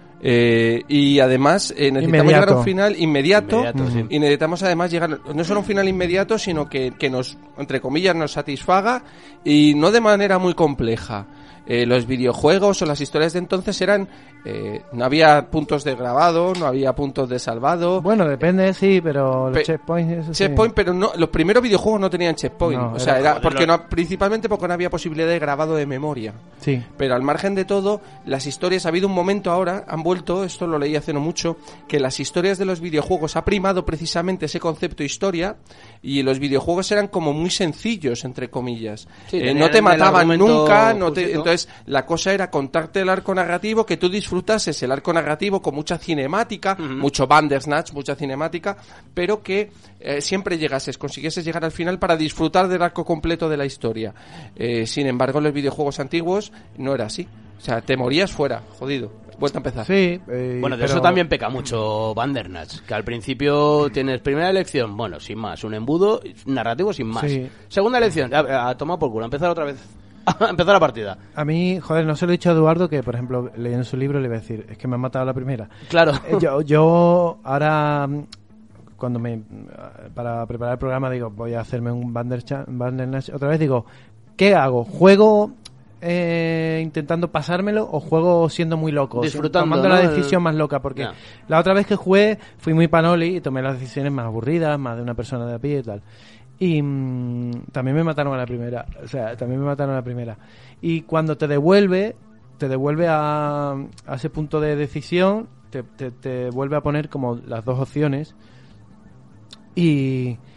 Eh, y además eh, necesitamos Inmediato. llegar a un final inmediato, Inmediato, sí. y necesitamos además llegar no solo a un final inmediato, sino que, que nos, entre comillas, nos satisfaga y no de manera muy compleja. Eh, los videojuegos o las historias de entonces eran eh, no había puntos de grabado, no había puntos de salvado. Bueno, depende, sí, pero los Pe- checkpoints... Eso sí. Checkpoint, pero no, los primeros videojuegos no tenían checkpoint. No, o sea, era- era porque no, principalmente porque no había posibilidad de grabado de memoria. Sí. Pero al margen de todo, las historias, ha habido un momento ahora, han vuelto, esto lo leí hace no mucho, que las historias de los videojuegos ha primado precisamente ese concepto historia y los videojuegos eran como muy sencillos, entre comillas. Sí, Eh, tenían no te el mataban argumento nunca, no te, justito. entonces la cosa era contarte el arco narrativo, que tú disfrutases el arco narrativo con mucha cinemática, Ujú. mucho Bandersnatch, mucha cinemática, pero que eh, siempre llegases, consiguieses llegar al final para disfrutar del arco completo de la historia. Eh, sin embargo, en los videojuegos antiguos no era así. O sea, te morías fuera, jodido. Vuelta a empezar. Sí. eh, Bueno, de pero- eso también peca mucho Bandersnatch, que al principio tienes primera elección, bueno, sin más, un embudo narrativo sin más. Sí. Segunda elección, a, a tomar por culo, a empezar otra vez, a empezar la partida. A mí, joder, no se lo he dicho a Eduardo, que por ejemplo, leyendo su libro le iba a decir, es que me han matado la primera. Claro. Eh, Yo, yo ahora, mm, cuando me, para preparar el programa, digo, voy a hacerme un Banderscha- Bandersnatch otra vez, digo, ¿qué hago? ¿Juego eh, intentando pasármelo o juego siendo muy loco? Disfrutando, Tomando ¿no? la El- decisión más loca, porque Ya. la otra vez que jugué fui muy panoli y tomé las decisiones más aburridas, más de una persona de a pie y tal. Y mm, también me mataron a la primera, o sea, también me mataron a la primera. Y cuando te devuelve, te devuelve a, a ese punto de decisión, te, te, te vuelve a poner como las dos opciones y,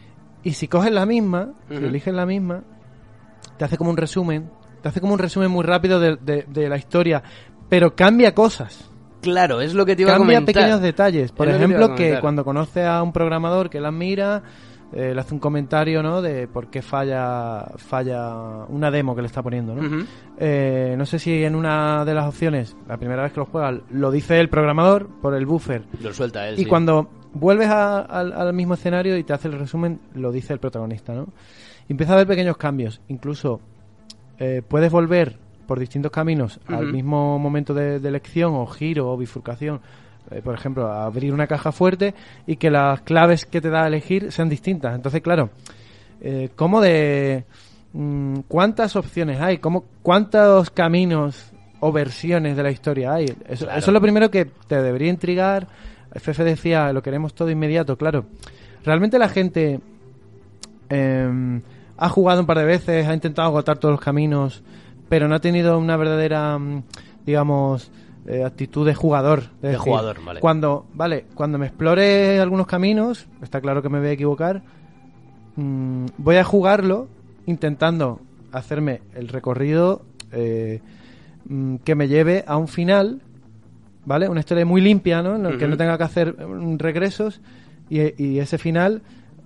Y si coges la misma, Ujú. si eliges la misma, te hace como un resumen, te hace como un resumen muy rápido de, de, de la historia, pero cambia cosas. Claro, es lo que te iba Cambia a comentar. pequeños detalles. Por Es lo que te iba a ejemplo, que, comentar. cuando conoce a un programador que la admira, eh, le hace un comentario, ¿no? De por qué falla falla una demo que le está poniendo, ¿no? Ujú. Eh, no sé si en una de las opciones, la primera vez que lo juegas, lo dice el programador por el buffer. Lo suelta él, Y sí. cuando vuelves a- al, al mismo escenario y te hace el resumen, lo dice el protagonista, ¿no? Y empieza a haber pequeños cambios. Incluso eh, puedes volver por distintos caminos al Ujú. mismo momento de, de elección o giro o bifurcación. Eh, por ejemplo, a abrir una caja fuerte y que las claves que te da a elegir sean distintas. Entonces, claro, eh, ¿cómo de mm, cuántas opciones hay? ¿Cómo, ¿Cuántos caminos o versiones de la historia hay? Eso, Claro. eso es lo primero que te debería intrigar. Fefe decía, lo queremos todo inmediato. Claro, realmente la gente eh, ha jugado un par de veces, ha intentado agotar todos los caminos, pero no ha tenido una verdadera, mm, digamos, eh, actitud de jugador. De decir, jugador, vale. Cuando, vale, cuando me explore algunos caminos, está claro que me voy a equivocar, mm, voy a jugarlo intentando hacerme el recorrido eh, mm, que me lleve a un final, ¿vale? Una historia muy limpia, ¿no? En el que Ujú. no tenga que hacer mm, regresos y, y ese final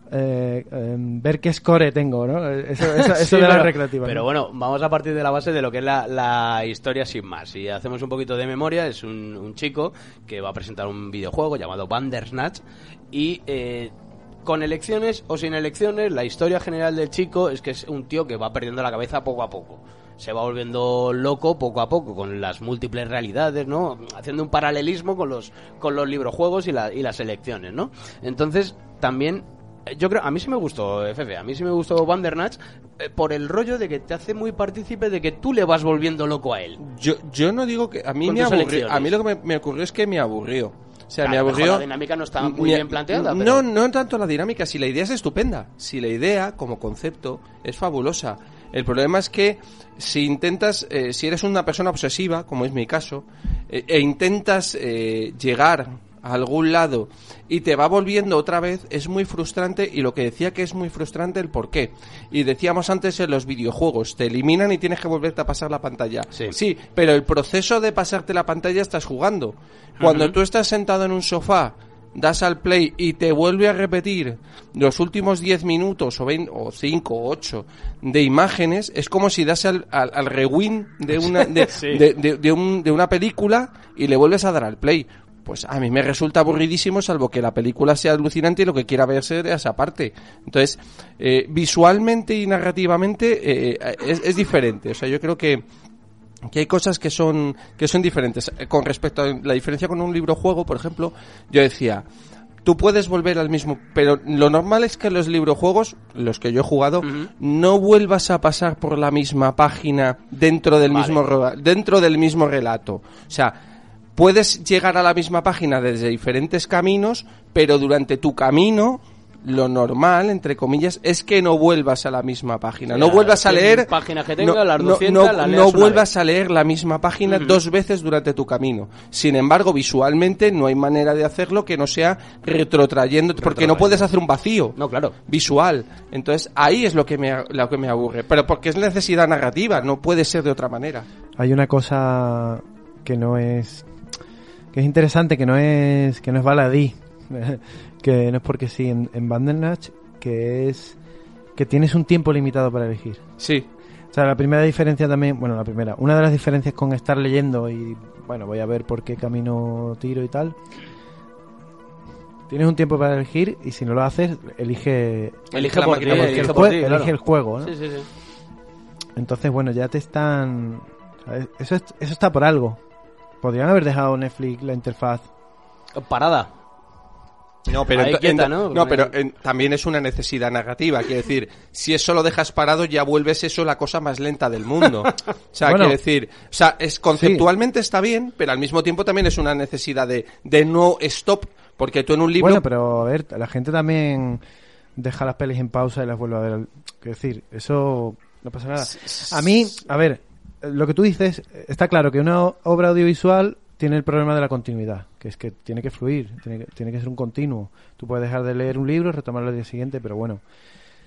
eh, eh, ver qué score tengo, ¿no? Eso, eso, eso Sí, de la pero- recreativa. Pero ¿no? bueno, vamos a partir de la base de lo que es la, la historia sin más. Si hacemos un poquito de memoria, es un, un chico que va a presentar un videojuego llamado Bandersnatch y eh, con elecciones o sin elecciones, la historia general del chico es que es un tío que va perdiendo la cabeza poco a poco. Se va volviendo loco poco a poco con las múltiples realidades, ¿no? Haciendo un paralelismo con los con los librojuegos y, la, y las elecciones, ¿no? Entonces, también yo creo, a mí sí me gustó, Fefe, a mí sí me gustó Bandersnatch eh, por el rollo de que te hace muy partícipe de que tú le vas volviendo loco a él. Yo, yo no digo que... A mí Con me tus aburrió. elecciones. A mí lo que me, me ocurrió es que me aburrió. O sea, Claro, me a lo mejor aburrió... la dinámica no está muy Me- bien planteada, No, pero- no tanto la dinámica, si la idea es estupenda. Si la idea, como concepto, es fabulosa. El problema es que si intentas, eh, si eres una persona obsesiva, como es mi caso, eh, e intentas eh, llegar a algún lado y te va volviendo otra vez, es muy frustrante. Y lo que decía que es muy frustrante, el por qué. Y decíamos antes en los videojuegos, te eliminan y tienes que volverte a pasar la pantalla. Sí. Pero el proceso de pasarte la pantalla estás jugando. Cuando Ujú. tú estás sentado en un sofá, das al play y te vuelve a repetir los últimos diez minutos o veinte, o cinco o ocho de imágenes, es como si das al, al, al rewind de una de, Sí. de, de- de un- de una película y le vuelves a dar al play. Pues a mí me resulta aburridísimo, salvo que la película sea alucinante y lo que quiera ver sea esa parte. Entonces, eh, visualmente y narrativamente eh, es, es diferente. O sea, yo creo que que hay cosas que son que son diferentes. Eh, Con respecto a la diferencia con un libro juego, por ejemplo, yo decía, tú puedes volver al mismo, pero lo normal es que los librojuegos, los que yo he jugado, Ujú. no vuelvas a pasar por la misma página dentro del Vale. mismo ro- dentro del mismo relato. O sea, puedes llegar a la misma página desde diferentes caminos, pero durante tu camino lo normal, entre comillas, es que no vuelvas a la misma página. No Ya, vuelvas a cien leer... páginas que tenga, no, las no- doscientas, no- las no leas una vuelvas vez. a leer la misma página Ujú. dos veces durante tu camino. Sin embargo, visualmente no hay manera de hacerlo que no sea retrotrayendo, porque no puedes hacer un vacío No, claro. visual. Entonces, ahí es lo que me, lo que me aburre. Pero porque es necesidad narrativa, no puede ser de otra manera. Hay una cosa que no es que es interesante, que no es que no es baladí, que no es porque sí en, en Bandersnatch, que es que tienes un tiempo limitado para elegir. Sí. O sea, la primera diferencia también, bueno, la primera, una de las diferencias con estar leyendo y, bueno, voy a ver por qué camino tiro y tal. Tienes un tiempo para elegir y si no lo haces, elige, Elige la por máquina ti, porque elige, elige el, por jue- ti, elige claro. el juego, ¿no? Sí, sí, sí. Entonces, bueno, ya te están... ¿sabes? Eso, es- eso está por algo. Podrían haber dejado Netflix la interfaz. Parada. No, pero, Ahí ento- quieta, ento- ¿no? no, pero en- también es una necesidad narrativa. Quiero decir, si eso lo dejas parado, ya vuelves eso la cosa más lenta del mundo. O sea, Bueno. quiero decir, o sea, es conceptualmente está bien, pero al mismo tiempo también es una necesidad de, de no stop, porque tú en un libro... Bueno, pero a ver, la gente también deja las pelis en pausa y las vuelve a ver. Quiero decir, eso no pasa nada. A mí, a ver, lo que tú dices, está claro que una obra audiovisual tiene el problema de la continuidad, que es que tiene que fluir, tiene que, tiene que ser un continuo. Tú puedes dejar de leer un libro, retomarlo al día siguiente, pero bueno,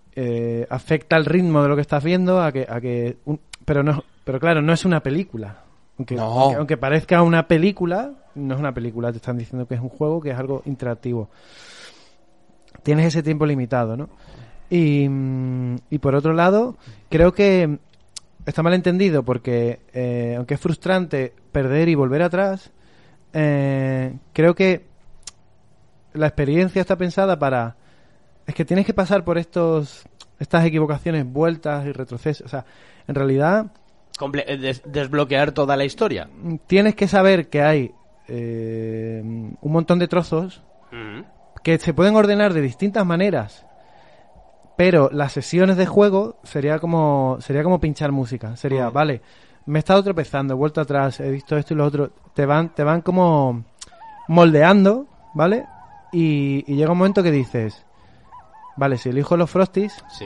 eh, afecta el ritmo de lo que estás viendo, a que, a que un, pero no, pero claro, no es una película. Aunque, No. aunque, aunque parezca una película, no es una película, te están diciendo que es un juego, que es algo interactivo. Tienes ese tiempo limitado, ¿no? Y, y por otro lado, creo que está mal entendido porque, eh, aunque es frustrante perder y volver atrás, eh, creo que la experiencia está pensada para... Es que tienes que pasar por estos estas equivocaciones, vueltas y retrocesos. O sea, en realidad... Comple- des- desbloquear toda la historia. Tienes que saber que hay eh, un montón de trozos Mm. que se pueden ordenar de distintas maneras, pero las sesiones de juego sería como sería como pinchar música. Sería, Mm. vale, me he estado tropezando, he vuelto atrás, he visto esto y lo otro. Te van te van como moldeando, ¿vale? Y, y llega un momento que dices, vale, si elijo los Frosties, Sí.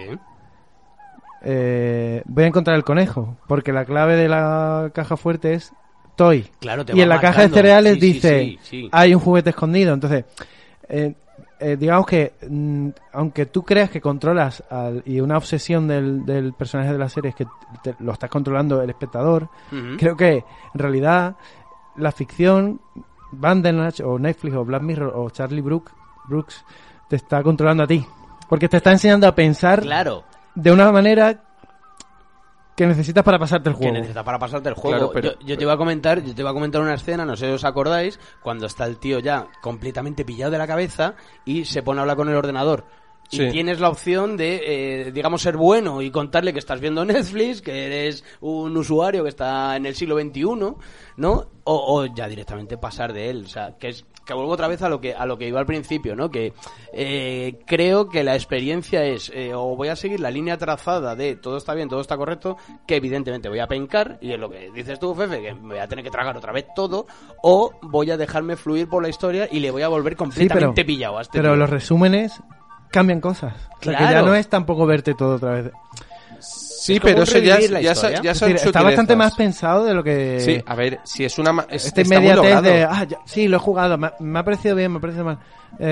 eh, voy a encontrar el conejo, porque la clave de la caja fuerte es Toy. Claro, te Y va en la caja de marcando. cereales Sí, sí, dice, sí, sí. hay un juguete escondido. Entonces, eh, eh, digamos que, mm, aunque tú creas que controlas, al, y una obsesión del, del personaje de la serie es que te- lo estás controlando el espectador, Ujú. creo que, en realidad, la ficción, Bandersnatch, o Netflix, o Black Mirror, o Charlie Brook, Brooks, te está controlando a ti. Porque te está enseñando a pensar Claro. de una manera que necesitas para pasarte el Que juego. necesitas para pasarte el juego. Claro, pero- yo, yo te iba a comentar, yo te iba a comentar una escena, no sé si os acordáis, cuando está el tío ya completamente pillado de la cabeza y se pone a hablar con el ordenador. Y Sí. tienes la opción de, eh, digamos, ser bueno y contarle que estás viendo Netflix, que eres un usuario que está en el siglo veintiuno, ¿no? O, o ya directamente pasar de él. O sea, que es que vuelvo otra vez a lo que a lo que iba al principio, ¿no? Que eh, creo que la experiencia es, eh, o voy a seguir la línea trazada de todo está bien, todo está correcto, que evidentemente voy a pencar, y es lo que dices tú, Fefe, que me voy a tener que tragar otra vez todo, o voy a dejarme fluir por la historia y le voy a volver completamente pillado a este pero tío. los resúmenes cambian cosas. O sea, que ya Claro. no es tampoco verte todo otra vez. Sí, Es como pero eso ya, revivir la ya, historia. son- ya Es son decir, está bastante sutilezas. más pensado de lo que... Sí, a ver, si es una... ma- Es, Este está muy inmediatez logrado. de... Ah, ya- sí, lo he jugado. Me, ha- me ha parecido bien, me ha parecido mal.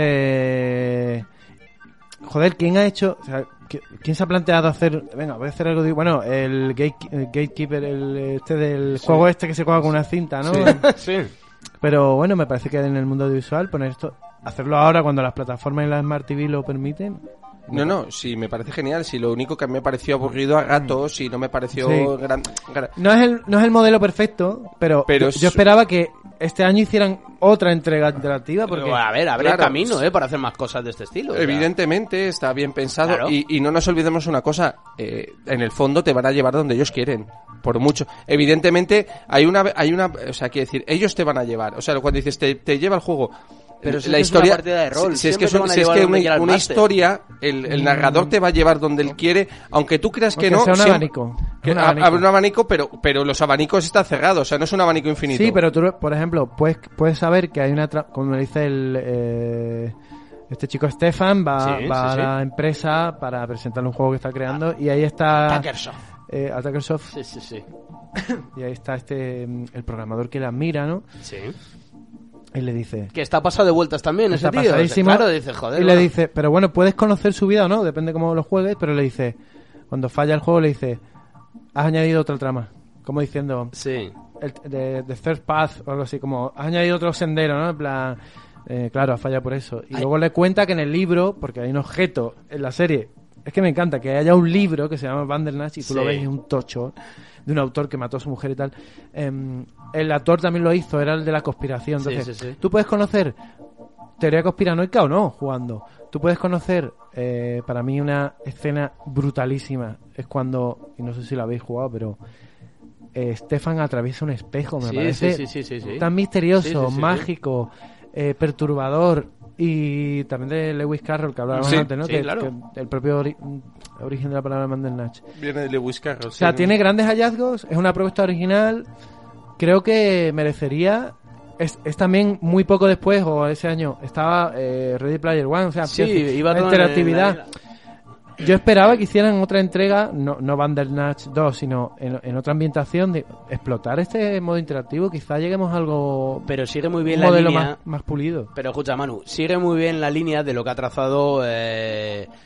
Eh... Joder, ¿quién ha hecho...? O sea, ¿qui- ¿quién se ha planteado hacer... Venga, voy a hacer algo de... Bueno, el, gate, el Gatekeeper, el este del juego este que se juega con una cinta, ¿no? Sí. Sí. Pero bueno, me parece que en el mundo audiovisual poner esto... Hacerlo ahora cuando las plataformas y la Smart T V lo permiten... No, no, sí, me parece genial. Si lo único que me pareció aburrido a gatos y no me pareció Sí. gran, gran- No es el, no es el modelo perfecto, pero, Pero yo, es- yo esperaba que este año hicieran otra entrega interactiva porque... Pero, a ver, abre claro, camino, ¿eh? Para hacer más cosas de este estilo. o sea. Evidentemente está bien pensado. Claro. y, y no nos olvidemos una cosa, eh, en el fondo te van a llevar donde ellos quieren, por mucho. Evidentemente hay una, hay una, o sea, quiero decir, ellos te van a llevar. O sea, cuando dices te, te lleva el juego, Pero si la es que es una historia, partida de rol, si, si es siempre que, te son- van a si es llevar que donde una, quiera el una máster. historia, el, el narrador te va a llevar donde él quiere, aunque tú creas que Aunque no. sea un siempre- abanico. que Un a- abanico. abre un abanico, pero, pero los abanicos están cerrados, o sea, no es un abanico infinito. Sí, pero tú, por ejemplo, puedes, puedes saber que hay una... tra- como dice el... eh, este chico Stefan va, Sí, va sí, a sí. la empresa para presentar un juego que está creando y ahí está... Hackersoft. Eh, Attackersoft, Sí, sí, sí. y ahí está este mm, el programador que la admira, ¿no? Sí. Y le dice... Que está pasado de vueltas también ese Está tío. pasadísimo. Claro, dice, joder. Y le bueno. dice, pero bueno, puedes conocer su vida o no, depende cómo lo juegues, pero le dice, cuando falla el juego le dice, has añadido otra trama, como diciendo, Sí. el, de, de Third Path o algo así, como has añadido otro sendero, ¿no? En plan, eh, claro, has fallado por eso. Y Ay. luego le cuenta que en el libro, porque hay un objeto en la serie, es que me encanta que haya un libro que se llama Bandersnatch y tú Sí. lo ves y es un tocho de un autor que mató a su mujer y tal. Em, el actor también lo hizo, era el de la conspiración. Sí, Entonces, sí, sí. tú puedes conocer teoría conspiranoica o no jugando. Tú puedes conocer, eh, para mí una escena brutalísima es cuando, y no sé si lo habéis jugado, pero eh, Stefan atraviesa un espejo, me Sí, parece sí, sí, sí, sí, sí. tan misterioso, Sí, sí, sí, sí. mágico, eh, perturbador, y también de Lewis Carroll que hablábamos Sí, antes, ¿no? sí, que, claro. que el propio ori- origen de la palabra Bandersnatch. Viene de Lewis Carroll. O sea, tiene grandes hallazgos, es una propuesta original, creo que merecería... Es, es también muy poco después, o ese año, estaba eh, Ready Player One, o sea, Sí, quiero decir, iba la todo en- interactividad. en la- Yo esperaba que hicieran otra entrega, no, no Bandersnatch dos, sino en, en otra ambientación, de explotar este modo interactivo, quizá lleguemos a algo, Pero sigue muy bien un la modelo línea. más, más pulido. Pero escucha, Manu, sigue muy bien la línea de lo que ha trazado eh,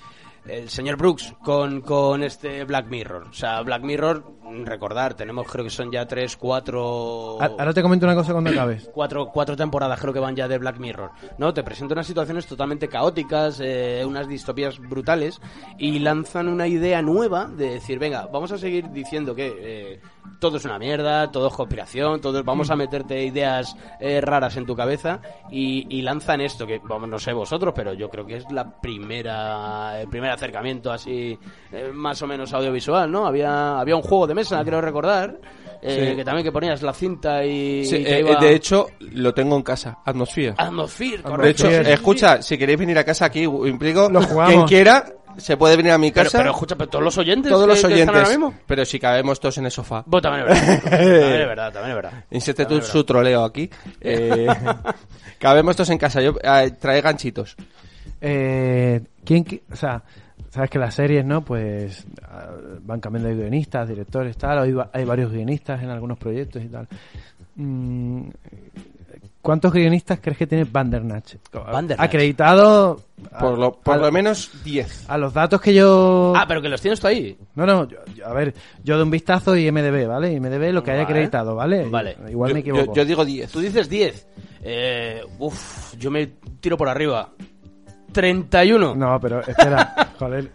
el señor Brooks con, con este Black Mirror. O sea, Black Mirror, recordar, tenemos creo que son ya tres, cuatro... Ahora te comento una cosa cuando acabes. Cuatro, cuatro temporadas creo que van ya de Black Mirror, ¿no? Te presenta unas situaciones totalmente caóticas, eh, unas distopías brutales, y lanzan una idea nueva de decir, venga, vamos a seguir diciendo que eh, todo es una mierda, todo es conspiración, todo es, vamos a meterte ideas eh, raras en tu cabeza, y, y lanzan esto, que vamos, no sé vosotros, pero yo creo que es la primera el primer acercamiento así eh, más o menos audiovisual, ¿no? Había, había un juego de mesa, creo recordar, eh, Sí. que también que ponías la cinta y... Sí, y te eh, iba- de hecho, lo tengo en casa, Atmosphere. Atmosphere, correcto. De hecho, Sí, sí, sí. escucha, si queréis venir a casa aquí, implico, Lo jugamos. quien quiera, se puede venir a mi Pero, casa. pero escucha, pero todos los oyentes todos que- los que están ahora oyentes. mismo. Pero si cabemos todos en el sofá. Pues también es verdad. También es verdad, también es verdad. Inserte tú También es su troleo aquí. Eh, cabemos todos en casa. Yo eh, trae ganchitos. Eh, ¿quién, qui- o sea, sabes que las series, ¿no? Pues ah, van cambiando de guionistas, directores, tal. Hay, va- hay varios guionistas en algunos proyectos y tal. Mm, ¿Cuántos guionistas crees que tiene Bandersnatch? Bandersnatch. Acreditado Por lo, por a, lo menos diez. a los datos que yo... Ah, pero que los tienes tú ahí. No, no, yo- yo- a ver, yo de un vistazo y M D B, ¿vale? Y M D B lo que haya Vale. acreditado, ¿vale? Vale. Igual Yo, me equivoco. yo- yo digo diez. Tú dices diez. Eh, uf, yo me tiro por arriba. treinta y uno. No, pero espera, joder.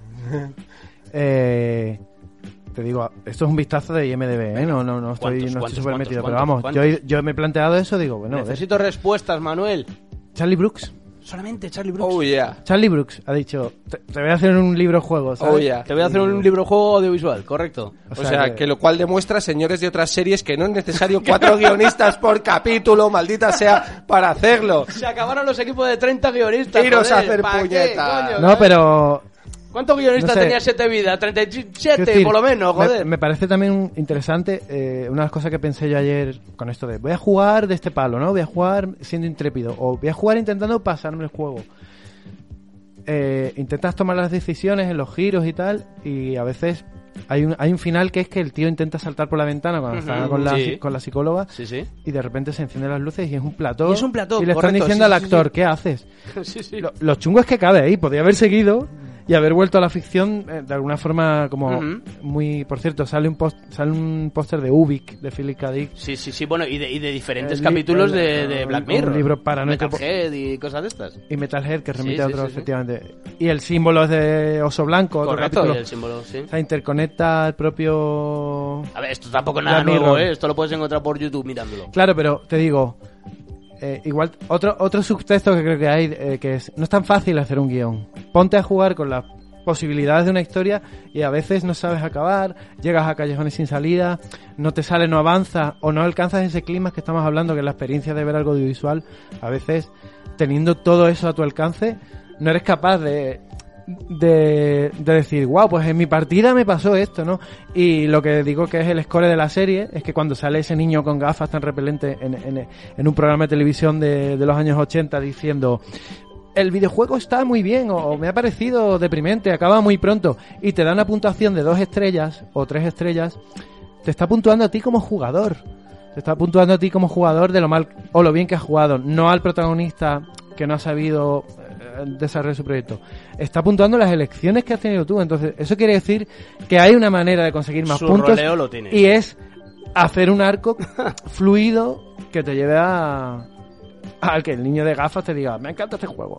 Eh, te digo, esto es un vistazo de I M D B, ¿eh? No, no, no estoy, ¿Cuántos, no cuántos, estoy súper cuántos, metido. Pero cuántos, vamos, yo, cuántos? yo me he planteado eso, digo, bueno, a ver. Necesito respuestas, Manuel. Charlie Brooks. Solamente Charlie Brooks. Oh, yeah. Charlie Brooks ha dicho, te, te voy a hacer un libro juego, ¿sabes? Oh, yeah. Te voy a hacer un libro juego audiovisual, correcto. O sea, que... lo cual demuestra, señores de otras series, que no es necesario cuatro guionistas por capítulo, maldita sea, para hacerlo. Se acabaron los equipos de treinta guionistas. Iros joder, a hacer ¿pa' qué, puñetas. coño? No, pero... ¿Cuántos guionistas no sé. tenía siete vidas? treinta y quiero siete decir, por lo menos, me- joder. Me, parece también interesante, eh, una de las cosas que pensé yo ayer con esto de, voy a jugar de este palo, ¿no? Voy a jugar siendo intrépido, o voy a jugar intentando pasarme el juego. Eh, intentas tomar las decisiones en los giros y tal, y a veces hay un, hay un final que es que el tío intenta saltar por la ventana cuando Ujú, está con la, sí. con la psicóloga, Sí, sí. y de repente se encienden las luces y es un plató. Y es un plató, y le están correcto, diciendo sí, al sí, actor, sí. ¿qué haces? sí, sí. Lo, lo chungo es que cabe ahí, podría haber seguido y haber vuelto a la ficción eh, de alguna forma como Ujú. muy... Por cierto, sale un post, sale un póster de Ubik, de Philip K. Dick. Sí, sí, sí, bueno, y de, y de diferentes El li- capítulos el- de, de un- Black un Mirror. libro paranoico. Metalhead y cosas de estas. Y Metalhead, que Sí, remite a sí, otro, sí, sí. efectivamente. Y el símbolo es de Oso Blanco, otro Correcto, capítulo. y el símbolo, sí. O sea, interconecta el propio... A ver, esto tampoco es nada Black nuevo, Mirror. ¿eh? Esto lo puedes encontrar por YouTube mirándolo. Claro, pero te digo, eh, igual otro otro subtexto que creo que hay, eh, que es, no es tan fácil hacer un guión. Ponte a jugar con las posibilidades de una historia y a veces no sabes acabar, llegas a callejones sin salida, no te sale, no avanza o no alcanzas ese clima que estamos hablando, que es la experiencia de ver algo audiovisual. A veces, teniendo todo eso a tu alcance, no eres capaz de... De, de decir, wow, pues en mi partida me pasó esto, ¿no? Y lo que digo que es el score de la serie es que cuando sale ese niño con gafas tan repelente en, en, en un programa de televisión de, de los años ochenta diciendo, el videojuego está muy bien, o, o me ha parecido deprimente, acaba muy pronto, y te da una puntuación de dos estrellas o tres estrellas, te está puntuando a ti como jugador. Te está puntuando a ti como jugador de lo mal o lo bien que has jugado, no al protagonista que no ha sabido eh, desarrollar su proyecto. Está puntuando las elecciones que has tenido tú. Entonces, eso quiere decir que hay una manera de conseguir más Su puntos roleo lo tiene. y es hacer un arco fluido que te lleve a al que el niño de gafas te diga, me encanta este juego.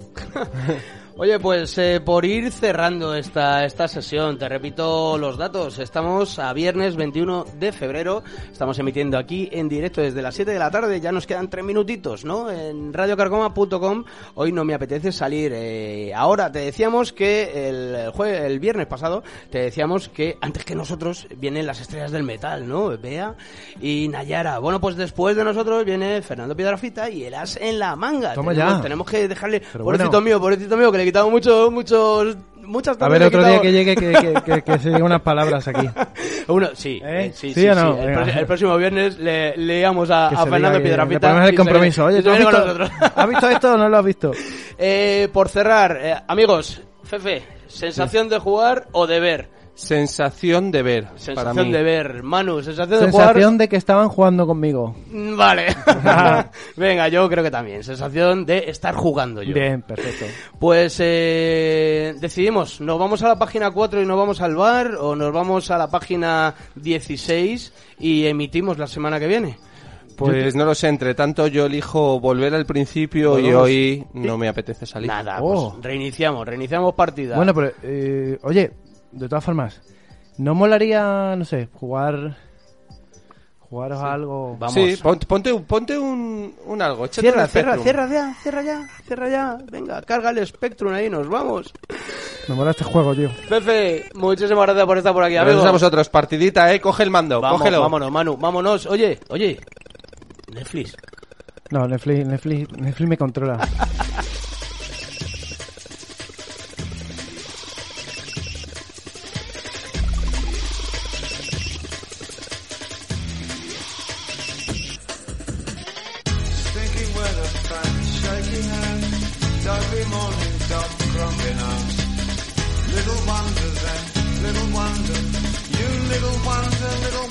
Oye, pues eh, por ir cerrando esta, esta sesión, te repito los datos. Estamos a viernes veintiuno de febrero, estamos emitiendo aquí en directo desde las siete de la tarde, ya nos quedan tres minutitos, ¿no? En radio carcoma punto com. Hoy no me apetece salir. Eh, ahora te decíamos que el, el, jue- el viernes pasado, te decíamos que antes que nosotros vienen las estrellas del metal, ¿no? Bea y Nayara. Bueno, pues después de nosotros viene Fernando Piedrafita y el as en la manga. Toma tenemos, ya. tenemos que dejarle, Pero pobrecito bueno. mío, pobrecito mío, que le he quitado mucho, muchos, muchas A tardes ver, le he otro día quitado. que llegue que, que, que, que se digan unas palabras aquí. Uno, sí, ¿Eh? eh, sí, ¿Sí sí, o no? sí. El, Venga. próximo- el próximo viernes le leíamos a, Que a se Fernando diga que Piedrafita. le ponemos el y se compromiso. viene- Oye, y ¿tú se has viene con visto, nosotros. ¿has visto esto o no lo has visto? Eh, por cerrar, eh, amigos, Fefe, sensación de jugar o de ver. Sensación de ver. Sensación para mí. de ver. Manu, sensación de jugar. Sensación de que estaban jugando conmigo. Mm, Vale. Venga, yo creo que también. Sensación de estar jugando yo. Bien, perfecto. Pues eh, decidimos, ¿nos vamos a la página cuatro y nos vamos al bar o nos vamos a la página dieciséis y emitimos la semana que viene? Pues no lo sé, entre tanto yo elijo volver al principio y Volvemos. hoy no me apetece salir. Nada, Oh. pues reiniciamos, reiniciamos partida. Bueno, pero, eh, oye, de todas formas, ¿no molaría, no sé, jugar... jugaros a algo? Vamos. Sí, ponte, ponte, un- ponte un, un algo. échate Cierra, un cierra, Spectrum. cierra ya, cierra ya, cierra ya. Venga, carga el Spectrum ahí, nos vamos. Me mola este juego, tío. Pepe, muchísimas gracias por estar por aquí, Gracias amigo. a vosotros, partidita, eh, coge el mando, Vamos, cógelo. vámonos, Manu, vámonos. Oye, oye, Netflix. No, Netflix, Netflix, Netflix me controla. Stinking weather, fans, shaky hands, dopey morning, dog grumpy nose. Little wonders and little wonders, you little wonder, little